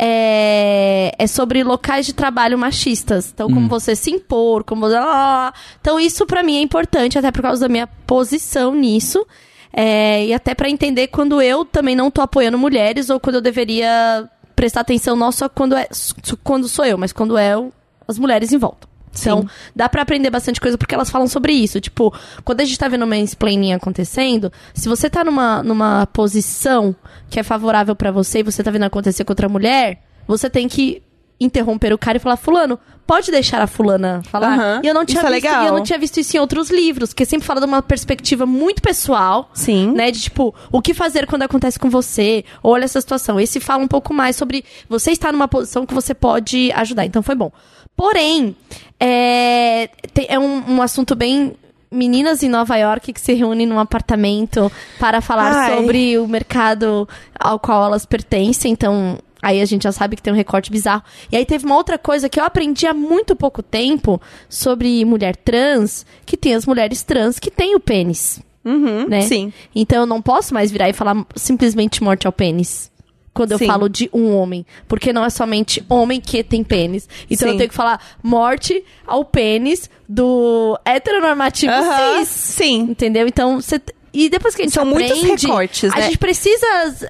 é sobre locais de trabalho machistas. Então, como você se impor, como você... Então, isso pra mim é importante, até por causa da minha posição nisso. E até pra entender quando eu também não tô apoiando mulheres ou quando eu deveria prestar atenção não só quando sou eu, mas quando as mulheres em volta. Então, dá pra aprender bastante coisa porque elas falam sobre isso. Tipo, quando a gente tá vendo uma mansplaining acontecendo, se você tá numa posição que é favorável pra você e você tá vendo acontecer com outra mulher, você tem que interromper o cara e falar, fulano, pode deixar a fulana falar? E eu não tinha Isso é visto, legal. e eu não tinha visto isso em outros livros, porque sempre fala de uma perspectiva muito pessoal. Sim. Né, de tipo, o que fazer quando acontece com você? Ou olha essa situação. Esse fala um pouco mais sobre você estar numa posição que você pode ajudar. Então foi bom. Porém, é um assunto bem... Meninas em Nova York que se reúnem num apartamento para falar sobre o mercado ao qual elas pertencem. Então, aí a gente já sabe que tem um recorte bizarro. E aí teve uma outra coisa que eu aprendi há muito pouco tempo sobre mulher trans, que tem as mulheres trans que têm o pênis. Né? Sim. Então eu não posso mais virar e falar simplesmente morte ao pênis. Quando eu Sim. falo de um homem. Porque não é somente homem que tem pênis. Então Sim. eu tenho que falar morte ao pênis do heteronormativo cis. Sim. Entendeu? Então, e depois que a gente São aprende... muitos recortes, a né? gente precisa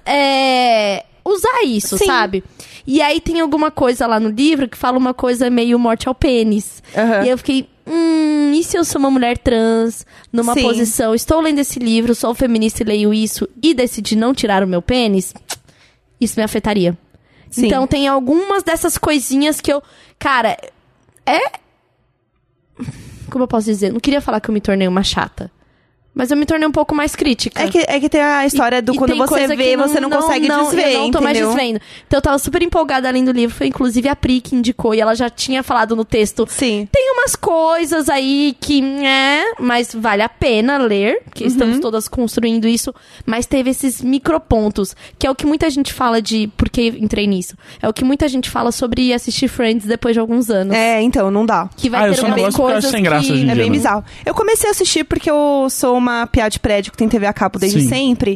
usar isso, Sim. sabe? E aí tem alguma coisa lá no livro que fala uma coisa meio morte ao pênis. E eu fiquei... e se eu sou uma mulher trans, numa Sim. posição... Estou lendo esse livro, sou feminista e leio isso... E decidi não tirar o meu pênis... Isso me afetaria. Sim. Então, tem algumas dessas coisinhas que eu... Cara, como eu posso dizer? Eu não queria falar que eu me tornei uma chata. Mas eu me tornei um pouco mais crítica. É que tem a história do quando tem você coisa vê, que você não consegue desver, eu não tô mais entendeu? desvendo. Então eu tava super empolgada além do livro. Foi inclusive a Pri que indicou. E ela já tinha falado no texto. Sim. Tem umas coisas aí que... mas vale a pena ler. Porque estamos todas construindo isso. Mas teve esses micropontos. Que é o que muita gente fala de... porque entrei nisso. É o que muita gente fala sobre assistir Friends depois de alguns anos. Então, não dá. Que vai ter umas coisas sem graça hoje em É dia, bem bizarro. Eu comecei a assistir porque eu sou uma piada de prédio que tem TV a cabo desde sempre.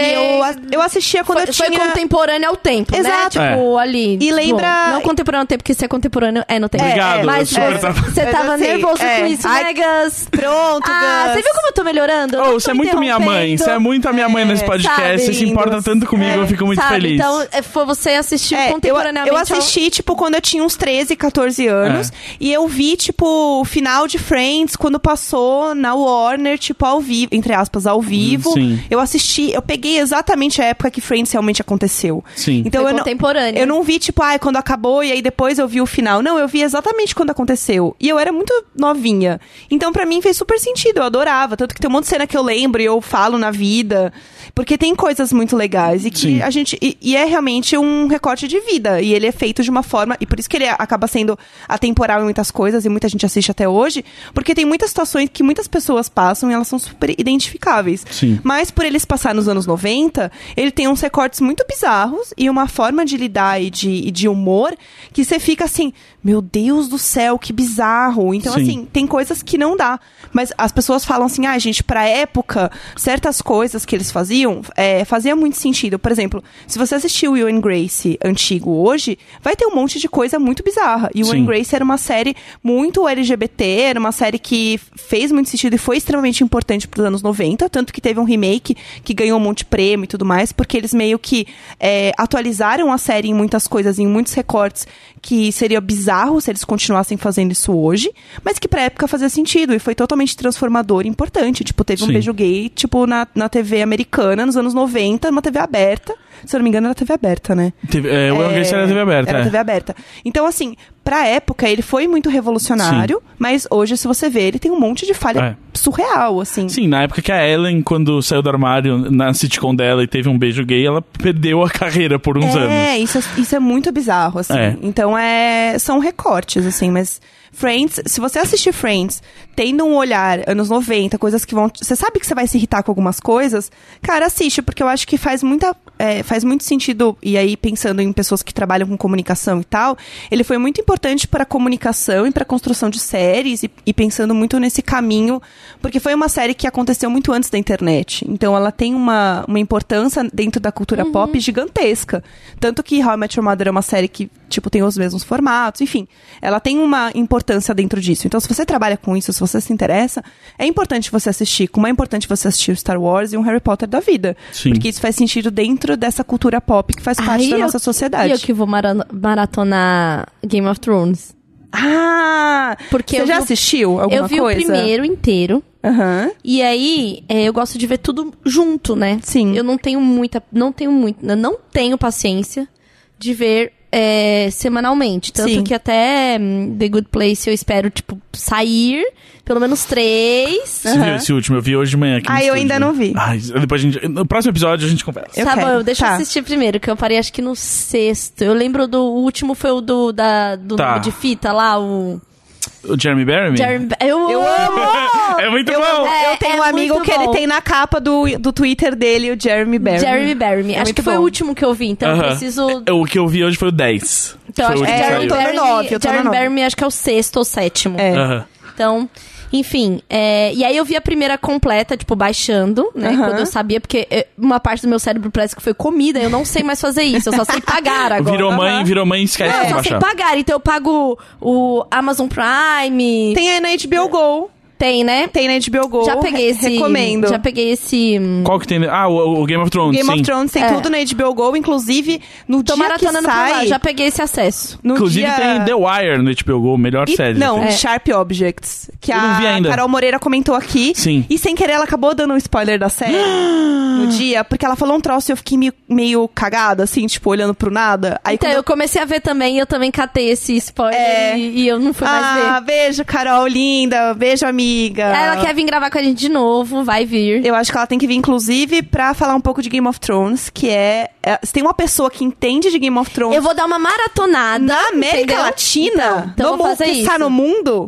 E eu assistia quando eu tinha... Foi contemporâneo ao tempo, Exato. né? Tipo, ali... E lembra... Não contemporâneo ao tempo, porque se é contemporâneo, no tempo. Obrigado. Mas você tava nervoso com isso, né, Gus? Pronto, Gus. Você viu como eu tô melhorando? Você é muito minha mãe. Você é muito a minha mãe nesse podcast. Você se importa tanto comigo, eu fico muito feliz. Então, foi você assistir contemporaneamente. Eu assisti, tipo, quando eu tinha uns 13, 14 anos. E eu vi, tipo, o final de Friends, quando passou na Warner, tipo, ao vivo, entre aspas, ao vivo. Sim. Eu assisti, eu peguei exatamente a época que Friends realmente aconteceu. Sim. Então, foi contemporâneo. Eu não vi, tipo, quando acabou e aí depois eu vi o final. Não, eu vi exatamente quando aconteceu. E eu era muito novinha. Então, pra mim, fez super sentido. Eu adorava. Tanto que tem um monte de cena que eu lembro e eu falo na vida. Porque tem coisas muito legais. E que a gente... E é realmente um recorte de vida. E ele é feito de uma forma... E por isso que ele acaba sendo atemporal em muitas coisas. E muita gente assiste até hoje. Porque tem muitas situações que muitas pessoas passam e elas são super identificáveis. Sim. Mas por eles passar nos anos 90, ele tem uns recortes muito bizarros. E uma forma de lidar e de humor que você fica assim... Meu Deus do céu, que bizarro. Então, assim, tem coisas que não dá. Mas as pessoas falam assim, gente, pra época, certas coisas que eles faziam, fazia muito sentido. Por exemplo, se você assistiu o Will and Grace antigo hoje, vai ter um monte de coisa muito bizarra. E o Will and Grace era uma série muito LGBT, era uma série que fez muito sentido e foi extremamente importante pros anos 90, tanto que teve um remake que ganhou um monte de prêmio e tudo mais, porque eles meio que atualizaram a série em muitas coisas, em muitos recortes, que seria bizarro se eles continuassem fazendo isso hoje, mas que pra época fazia sentido e foi totalmente transformador e importante. Tipo, teve um beijo gay, tipo, na TV americana, nos anos 90, numa TV aberta. Se eu não me engano, era TV aberta, né? O Will and Grace era TV aberta. Era TV aberta. Então, assim, pra época, ele foi muito revolucionário, mas hoje, se você ver, ele tem um monte de falha surreal, assim. Sim, na época que a Ellen, quando saiu do armário na sitcom dela e teve um beijo gay, ela perdeu a carreira por uns anos. Isso é muito bizarro, assim. Então, são recortes, assim, mas... Friends, se você assistir Friends, tendo um olhar anos 90, coisas que vão... Você sabe que você vai se irritar com algumas coisas? Cara, assiste, porque eu acho que faz muito sentido, e aí pensando em pessoas que trabalham com comunicação e tal, ele foi muito importante para a comunicação e para a construção de séries, e pensando muito nesse caminho, porque foi uma série que aconteceu muito antes da internet. Então ela tem uma importância dentro da cultura pop gigantesca. Tanto que How I Met Your Mother é uma série que, tipo, tem os mesmos formatos, enfim. Ela tem uma importância dentro disso. Então, se você trabalha com isso, se você se interessa, é importante você assistir, como é importante você assistir o Star Wars e um Harry Potter da vida. Sim. Porque isso faz sentido dentro dessa cultura pop que faz parte da nossa sociedade. E eu que vou maratonar Game of Thrones. Porque você já assistiu alguma coisa? Eu vi o primeiro inteiro. E aí, eu gosto de ver tudo junto, né? Sim. Eu não tenho paciência de ver semanalmente. Tanto que até The Good Place eu espero, tipo, sair pelo menos 3. Você viu esse último? Eu vi hoje de manhã aqui no eu ainda não vi. Depois no próximo episódio a gente conversa. Deixa eu assistir primeiro, que eu parei acho que no 6º. Eu lembro o último foi o do nome de fita lá, o Jeremy Bearimy? Eu amo! É muito bom! Eu tenho um amigo que ele tem na capa do Twitter dele o Jeremy Bearimy. Acho que foi o último que eu vi, então eu preciso... O que eu vi hoje foi o 10. Então, acho que eu tô no 9. Jeremy Bearimy acho que é o 6º ou 7º. Então... Enfim, e aí eu vi a primeira completa, tipo, baixando, né? Quando eu sabia, porque uma parte do meu cérebro parece que foi comida, eu não sei mais fazer isso, eu só sei pagar agora. Virou mãe, esquece de baixar. Eu só sei pagar, então eu pago o Amazon Prime. Tem aí na HBO Go. Tem, né? Tem na HBO Go. Já peguei esse... Recomendo. Já peguei esse... Qual que tem? O Game of Thrones, Game of Thrones tem tudo na HBO Go, inclusive no dia que sai... Já peguei esse acesso. Inclusive tem The Wire no HBO Go, melhor série. Não, Sharp Objects, que eu não vi ainda. A Carol Moreira comentou aqui. Sim. E sem querer ela acabou dando um spoiler da série no dia, porque ela falou um troço e eu fiquei meio cagada, assim, tipo, olhando pro nada. Aí então, eu comecei a ver também e eu também catei esse spoiler e eu não fui mais ver. Beijo, Carol, linda. Beijo, amiga. Ela quer vir gravar com a gente de novo, vai vir. Eu acho que ela tem que vir, inclusive, pra falar um pouco de Game of Thrones, que se tem uma pessoa que entende de Game of Thrones... Eu vou dar uma maratonada. Na América Latina, então no mundo que está no mundo...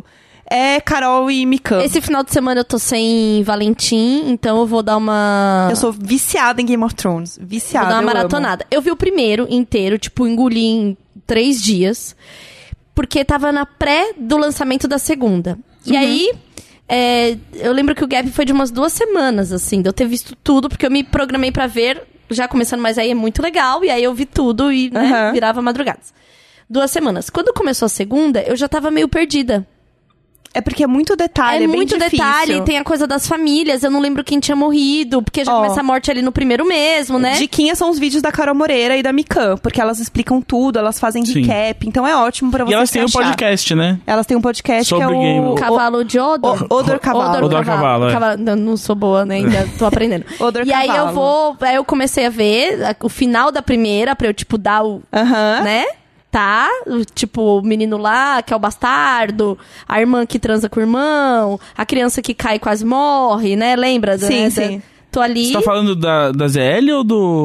É Carol e Mikan. Esse final de semana eu tô sem Valentim, então eu vou dar uma... Eu sou viciada em Game of Thrones. Viciada, vou dar uma maratonada. Eu vi o primeiro inteiro, tipo, engoli em 3 dias. Porque tava na pré do lançamento da segunda. E aí... eu lembro que o gap foi de umas 2 semanas, assim, de eu ter visto tudo, porque eu me programei pra ver, já começando, mas aí é muito legal, e aí eu vi tudo e, né, virava madrugadas. 2 semanas. Quando começou a segunda, eu já tava meio perdida. É porque é muito detalhe, é bem muito difícil. detalhe, tem a coisa das famílias, eu não lembro quem tinha morrido, porque já começa a morte ali no primeiro mesmo, né? Diquinha são os vídeos da Carol Moreira e da Mikan, porque elas explicam tudo, elas fazem recap, então é ótimo pra você. E elas têm um podcast, né? Elas têm um podcast sobre que é o... Cavalo de Odor? Odor Cavalo. Odor Cavalo, Não sou boa, né? Ainda tô aprendendo. Odor e Cavalo. Aí eu comecei a ver o final da primeira, pra eu, tipo, dar o... né? Tá, tipo, o menino lá, que é o bastardo, a irmã que transa com o irmão, a criança que cai e quase morre, né? Lembra? Sim, sim. Tô ali... Você tá falando da ZL ou do...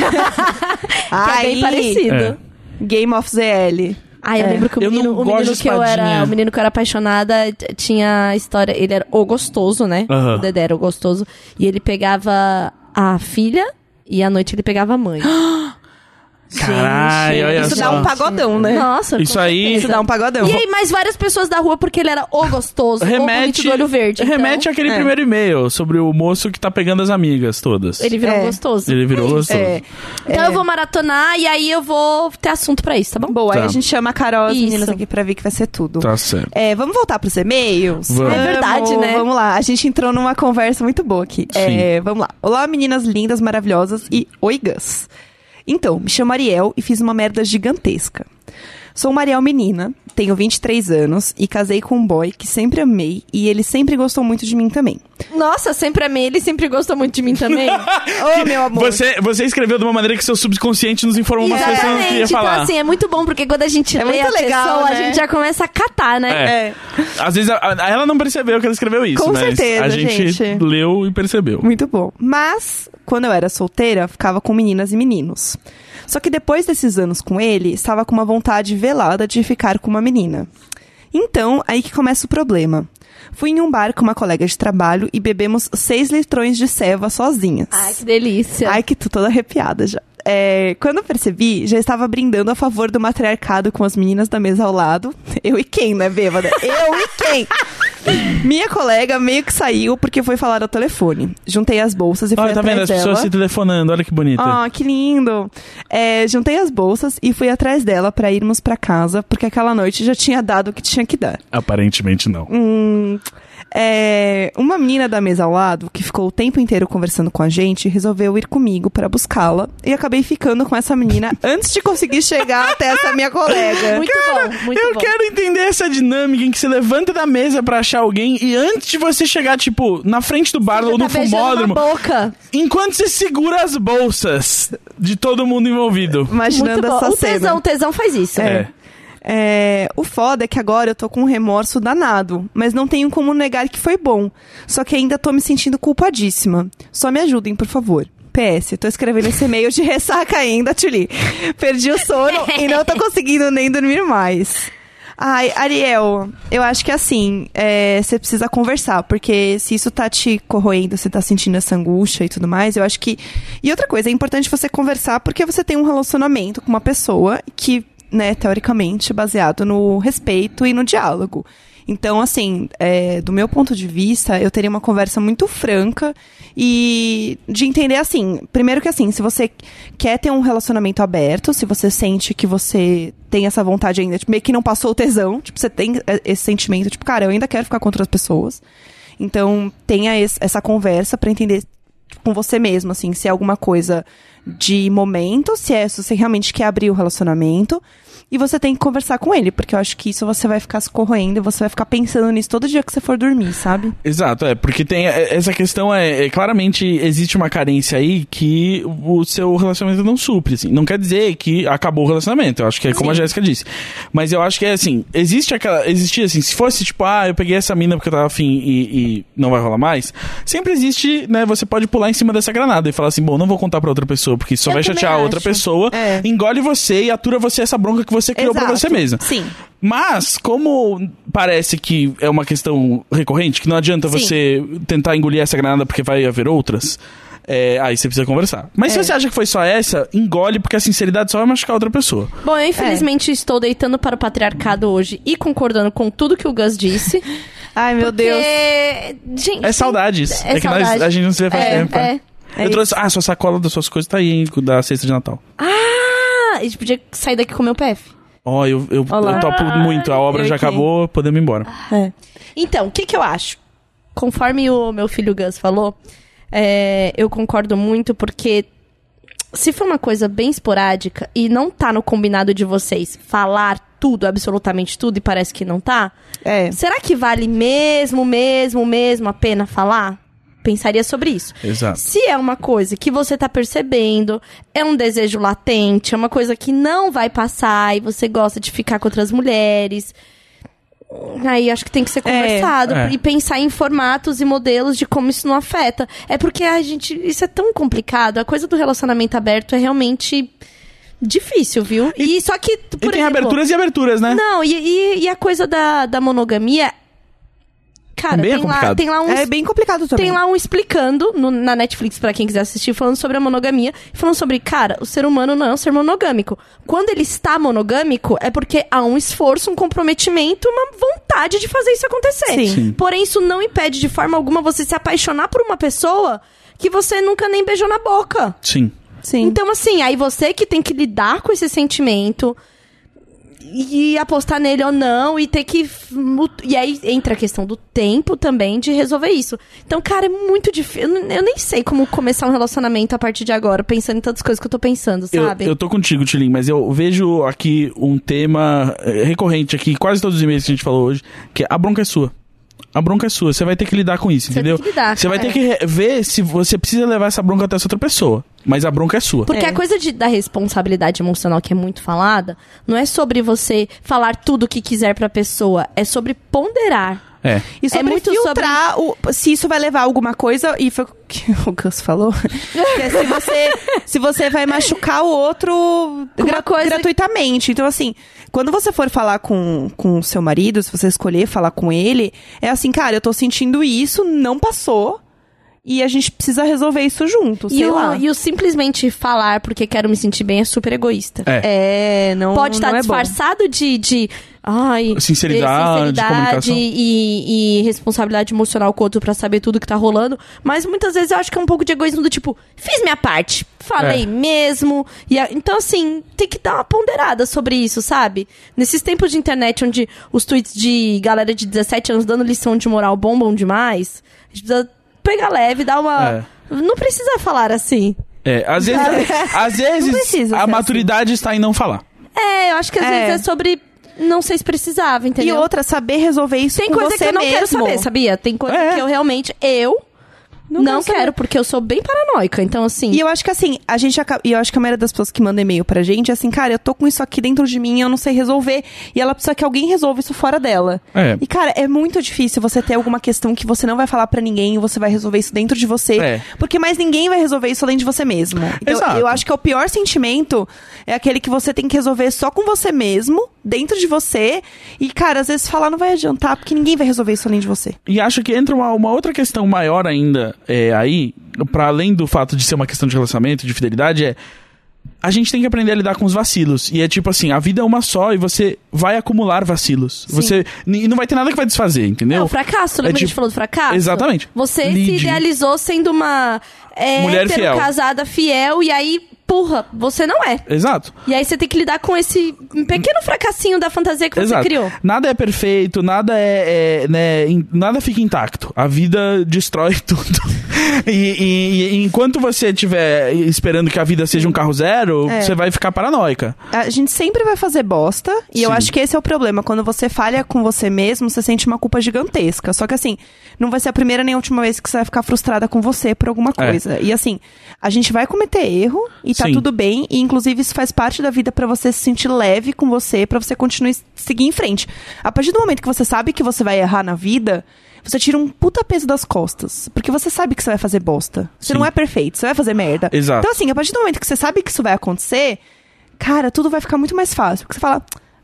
que é bem parecido. Game of ZL. Eu lembro que o menino que eu era apaixonada tinha a história... Ele era o gostoso, né? O Dedé era o gostoso. E ele pegava a filha e à noite ele pegava a mãe. Caralho, olha isso só. dá um pagodão, né? Nossa, isso aí... Isso dá um pagodão. E aí, mais várias pessoas da rua, porque ele era o gostoso, o bonito do olho verde. Remete àquele primeiro e-mail sobre o moço que tá pegando as amigas todas. Ele virou gostoso. Ele virou gostoso. Então eu vou maratonar e aí eu vou ter assunto pra isso, tá bom? Boa, aí a gente chama a Carol e as meninas aqui pra ver que vai ser tudo. Tá certo. Vamos voltar pros e-mails? Vamos. É verdade, né? Vamos lá, a gente entrou numa conversa muito boa aqui. Vamos lá. Olá, meninas lindas, maravilhosas e oi, Gus. Então, me chamo Ariel e fiz uma merda gigantesca. Sou uma Ariel menina, tenho 23 anos e casei com um boy que sempre amei e ele sempre gostou muito de mim também. Nossa, sempre amei, ele sempre gostou muito de mim também. Meu amor. Você escreveu de uma maneira que seu subconsciente nos informou umas coisas que eu não queria falar. Então, assim, é muito bom, porque quando a gente lê a pessoa, a gente já começa a catar, né? Às vezes, ela não percebeu que ela escreveu isso, com mas certeza, a gente leu e percebeu. Muito bom. Mas, quando eu era solteira, ficava com meninas e meninos. Só que depois desses anos com ele, estava com uma vontade velada de ficar com uma menina. Então, aí que começa o problema. Fui em um bar com uma colega de trabalho e bebemos 6 litrões de ceva sozinhas. Ai, que delícia. Ai, que tô toda arrepiada já. Quando eu percebi, já estava brindando a favor do matriarcado com as meninas da mesa ao lado. Eu e quem, né, bêbada? Eu e quem? Minha colega meio que saiu porque foi falar ao telefone. Juntei as bolsas e fui atrás dela. Tá vendo? As pessoas se telefonando, olha que bonita. Que lindo. Juntei as bolsas e fui atrás dela pra irmos pra casa, porque aquela noite já tinha dado o que tinha que dar. Aparentemente não. Uma menina da mesa ao lado, que ficou o tempo inteiro conversando com a gente, resolveu ir comigo para buscá-la. E acabei ficando com essa menina antes de conseguir chegar até essa minha colega. Muito bom, muito bom. Eu quero entender essa dinâmica em que você levanta da mesa pra achar alguém e antes de você chegar, tipo, na frente do bar ou no fumódromo, enquanto você segura as bolsas de todo mundo envolvido. Imaginando essa cena. O tesão faz isso. O foda é que agora eu tô com um remorso danado, mas não tenho como negar que foi bom. Só que ainda tô me sentindo culpadíssima. Só me ajudem, por favor. PS, tô escrevendo esse e-mail de ressaca ainda, Tchuli. Perdi o sono e não tô conseguindo nem dormir mais. Ai, Ariel, eu acho que assim, você precisa conversar, porque se isso tá te corroendo, você tá sentindo essa angústia e tudo mais, eu acho que... E outra coisa, é importante você conversar porque você tem um relacionamento com uma pessoa que, né, teoricamente, baseado no respeito e no diálogo. Então, assim, do meu ponto de vista, eu teria uma conversa muito franca e de entender, assim, primeiro que, assim, se você quer ter um relacionamento aberto, se você sente que você tem essa vontade ainda, tipo, meio que não passou o tesão, tipo, você tem esse sentimento, tipo, cara, eu ainda quero ficar com outras pessoas. Então, tenha essa conversa pra entender com você mesmo, assim, se é alguma coisa de momento, se você realmente quer abrir o relacionamento. E você tem que conversar com ele, porque eu acho que isso você vai ficar se corroendo e você vai ficar pensando nisso todo dia que você for dormir, sabe? Exato, porque tem essa questão, claramente existe uma carência aí que o seu relacionamento não supre, assim. Não quer dizer que acabou o relacionamento, eu acho que é como a Jéssica disse. Mas eu acho que assim, existia assim, se fosse tipo, eu peguei essa mina porque eu tava afim e não vai rolar mais, sempre existe, né, você pode pular em cima dessa granada e falar assim, bom, não vou contar pra outra pessoa, porque isso só vai chatear a outra pessoa, engole você e atura você essa bronca que você criou pra você mesma. Sim. Mas, como parece que é uma questão recorrente, que não adianta você tentar engolir essa granada porque vai haver outras, aí você precisa conversar. Mas se você acha que foi só essa, engole, porque a sinceridade só vai machucar outra pessoa. Bom, eu infelizmente estou deitando para o patriarcado hoje e concordando com tudo que o Gus disse. Ai, meu Deus. Gente, É saudades. É que a gente não se vê faz tempo. Eu trouxe... sua sacola das suas coisas tá aí, hein, da cesta de Natal. A gente podia sair daqui com o meu PF. Eu topo muito. A obra já acabou, podemos ir embora. Então, o que eu acho? Conforme o meu filho Gus falou, eu concordo muito, porque se for uma coisa bem esporádica e não tá no combinado de vocês falar tudo, absolutamente tudo, e parece que não tá, será que vale mesmo a pena falar? Pensaria sobre isso. Exato. Se é uma coisa que você tá percebendo, é um desejo latente, é uma coisa que não vai passar e você gosta de ficar com outras mulheres, aí acho que tem que ser conversado e pensar em formatos e modelos de como isso não afeta. É porque isso é tão complicado. A coisa do relacionamento aberto é realmente difícil, viu? E só que, por tem exemplo, aberturas e aberturas, né? Não, e a coisa da monogamia... Cara, tem lá uns... É bem complicado também. Tem lá um explicando na Netflix, pra quem quiser assistir, falando sobre a monogamia. Falando sobre, cara, o ser humano não é um ser monogâmico. Quando ele está monogâmico, é porque há um esforço, um comprometimento, uma vontade de fazer isso acontecer. Sim. Porém, isso não impede de forma alguma você se apaixonar por uma pessoa que você nunca nem beijou na boca. Sim. Então, assim, aí você que tem que lidar com esse sentimento... E apostar nele ou não, e ter que... E aí entra a questão do tempo também de resolver isso. Então, cara, é muito difícil. Eu nem sei como começar um relacionamento a partir de agora, pensando em tantas coisas que eu tô pensando, sabe? Eu tô contigo, Tilin, mas eu vejo aqui um tema recorrente aqui, quase todos os e-mails que a gente falou hoje, que a bronca é sua. A bronca é sua, você vai ter que lidar com isso, entendeu? Você vai ter que ver se você precisa levar essa bronca até essa outra pessoa. Mas a bronca é sua. Porque a coisa da responsabilidade emocional que é muito falada, não é sobre você falar tudo o que quiser pra pessoa, é sobre ponderar. E sobre filtrar se isso vai levar a alguma coisa, e foi o que o Gus falou, que é se você vai machucar o outro gratuitamente. Então, assim, quando você for falar com o seu marido, se você escolher falar com ele, é assim, cara, eu tô sentindo isso, não passou, e a gente precisa resolver isso junto, sei lá. E o simplesmente falar porque quero me sentir bem é super egoísta. Não pode estar disfarçado de sinceridade de comunicação e responsabilidade emocional com o outro pra saber tudo que tá rolando, mas muitas vezes eu acho que é um pouco de egoísmo do tipo, fiz minha parte, falei mesmo, então assim, tem que dar uma ponderada sobre isso, sabe? Nesses tempos de internet onde os tweets de galera de 17 anos dando lição de moral bombam demais, a gente precisa pegar leve, dar uma... Não precisa falar assim. Às vezes a maturidade está em não falar. Eu acho que às vezes é sobre... Não sei se precisava, entendeu? E outra, saber resolver isso com você mesmo. Tem coisa que eu não quero saber, sabia? Tem coisa que eu realmente... Não quero, porque eu sou bem paranoica, então assim... E eu acho que assim, eu acho que a maioria das pessoas que mandam e-mail pra gente é assim, cara, eu tô com isso aqui dentro de mim, eu não sei resolver. E ela precisa que alguém resolva isso fora dela. E cara, é muito difícil você ter alguma questão que você não vai falar pra ninguém e você vai resolver isso dentro de você. Porque mais ninguém vai resolver isso além de você mesmo. Então, eu acho que o pior sentimento é aquele que você tem que resolver só com você mesmo, dentro de você. E cara, às vezes falar não vai adiantar, porque ninguém vai resolver isso além de você. E acho que entra uma outra questão maior ainda, aí, pra além do fato de ser uma questão de relacionamento, de fidelidade, a gente tem que aprender a lidar com os vacilos. E é tipo assim, a vida é uma só e você vai acumular vacilos. E não vai ter nada que vai desfazer, entendeu? O fracasso, lembra que a gente falou do fracasso? Exatamente. Você se idealizou sendo uma mulher fiel, casada fiel, e aí, porra, você não é. Exato. E aí você tem que lidar com esse pequeno fracassinho da fantasia que você criou. Nada é perfeito, nada nada fica intacto. A vida destrói tudo. E enquanto você estiver esperando que a vida seja um carro zero, você vai ficar paranoica. A gente sempre vai fazer bosta, e eu acho que esse é o problema. Quando você falha com você mesmo, você sente uma culpa gigantesca. Só que assim, não vai ser a primeira nem a última vez que você vai ficar frustrada com você por alguma coisa. E assim, a gente vai cometer erro, e tá tudo bem, e inclusive isso faz parte da vida pra você se sentir leve com você, pra você continuar seguir em frente. A partir do momento que você sabe que você vai errar na vida, você tira um puta peso das costas. Porque você sabe que você vai fazer bosta. Você não é perfeito, você vai fazer merda. Exato. Então assim, a partir do momento que você sabe que isso vai acontecer, cara, tudo vai ficar muito mais fácil. Porque você fala,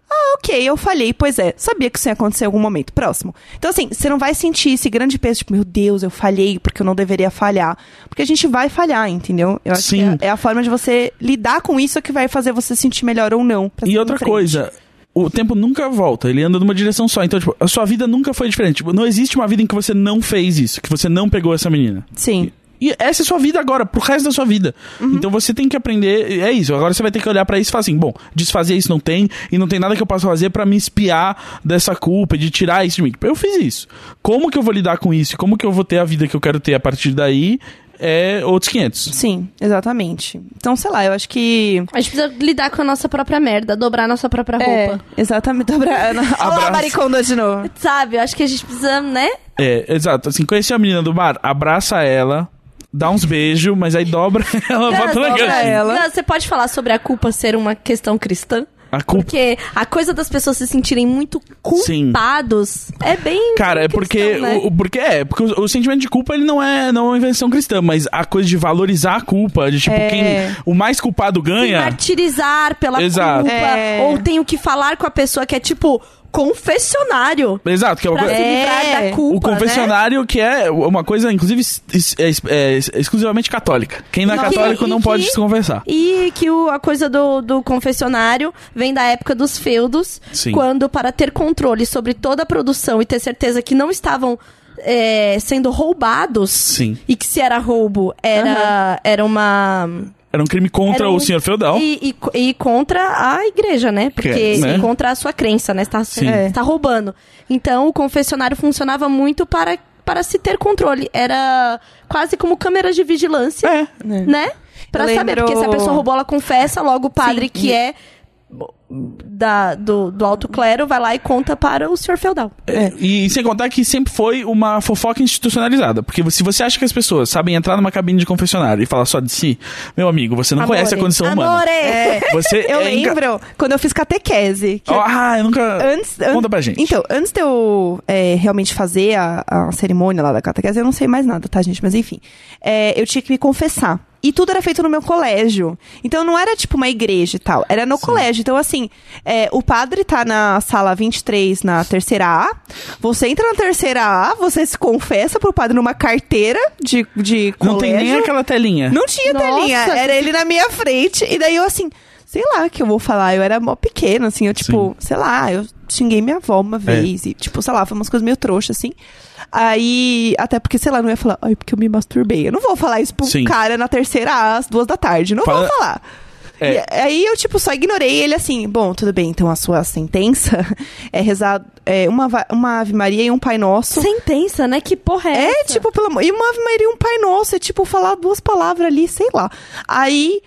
Ok, eu falhei, pois é, sabia que isso ia acontecer em algum momento. Próximo. Então, assim, você não vai sentir esse grande peso, tipo, meu Deus, eu falhei porque eu não deveria falhar. Porque a gente vai falhar, entendeu? Eu acho que é a forma de você lidar com isso que vai fazer você se sentir melhor ou não. E outra coisa, o tempo nunca volta, ele anda numa direção só. Então, tipo, a sua vida nunca foi diferente. Tipo, não existe uma vida em que você não fez isso, que você não pegou essa menina. Sim. E essa é a sua vida agora, pro resto da sua vida. Então você tem que aprender, é isso. Agora você vai ter que olhar pra isso e falar assim, bom, desfazer isso não tem, e não tem nada que eu possa fazer pra me espiar dessa culpa, de tirar isso de mim. Eu fiz isso. Como que eu vou lidar com isso? Como que eu vou ter a vida que eu quero ter a partir daí? É outros 500. Sim, exatamente. Então, sei lá, eu acho que... A gente precisa lidar com a nossa própria merda, dobrar a nossa própria roupa. Exatamente, dobrar... Olha lá a Mariconda de novo. Sabe, eu acho que a gente precisa, né? Exato. Assim, conhecer a menina do bar, abraça ela, dá uns beijos, mas aí dobra ela, bota na cara. Você pode falar sobre a culpa ser uma questão cristã? Porque a coisa das pessoas se sentirem muito culpados é bem... Cara, é cristão, porque, né? porque o sentimento de culpa ele não é uma invenção cristã, mas a coisa de valorizar a culpa, de tipo, o mais culpado ganha... Se martirizar pela culpa, ou tenho que falar com a pessoa que é tipo... confessionário. Exato, que é uma coisa. Pra se livrar da culpa, o confessionário, né? Que é uma coisa, inclusive, exclusivamente católica. Quem não é católico não pode se confessar. E que a coisa do confessionário vem da época dos feudos, quando, para ter controle sobre toda a produção e ter certeza que não estavam sendo roubados, e que se era roubo, era uma... Era um crime contra o senhor feudal. E contra a igreja, né? Porque contra a sua crença, né? Você tá roubando. Então, o confessionário funcionava muito para se ter controle. Era quase como câmeras de vigilância, né? Pra saber, porque se a pessoa roubou, ela confessa, logo o padre que do alto clero vai lá e conta para o senhor feudal. E sem contar que sempre foi uma fofoca institucionalizada, porque se você acha que as pessoas sabem entrar numa cabine de confessionário e falar só de si, meu amigo, você não conhece a condição humana. Eu lembro quando eu fiz catequese. Eu nunca... Conta pra gente. Então, antes de eu realmente fazer a cerimônia lá da catequese, eu não sei mais nada, tá, gente? Mas enfim, eu tinha que me confessar. E tudo era feito no meu colégio. Então, não era tipo uma igreja e tal. Era no colégio. Então, assim, o padre tá na sala 23, na terceira A. Você entra na terceira A, você se confessa pro padre numa carteira de colégio. Não tem nem aquela telinha. Não tinha telinha. Era ele na minha frente. E daí eu, assim, sei lá o que eu vou falar. Eu era mó pequena, assim. Eu, tipo, sei lá, eu xinguei minha avó uma vez. E, tipo, sei lá, foi umas coisas meio trouxas, assim. Aí, até porque, sei lá, não ia falar, porque eu me masturbei. Eu não vou falar isso pro cara na terceira às 2h. Não vou falar. E aí eu, tipo, só ignorei ele assim, bom, tudo bem, então a sua sentença é rezar uma Ave Maria e um Pai Nosso. Sentença, né? Que porra é essa? Tipo, e uma Ave Maria e um Pai Nosso, é tipo, falar 2 palavras ali, sei lá. Aí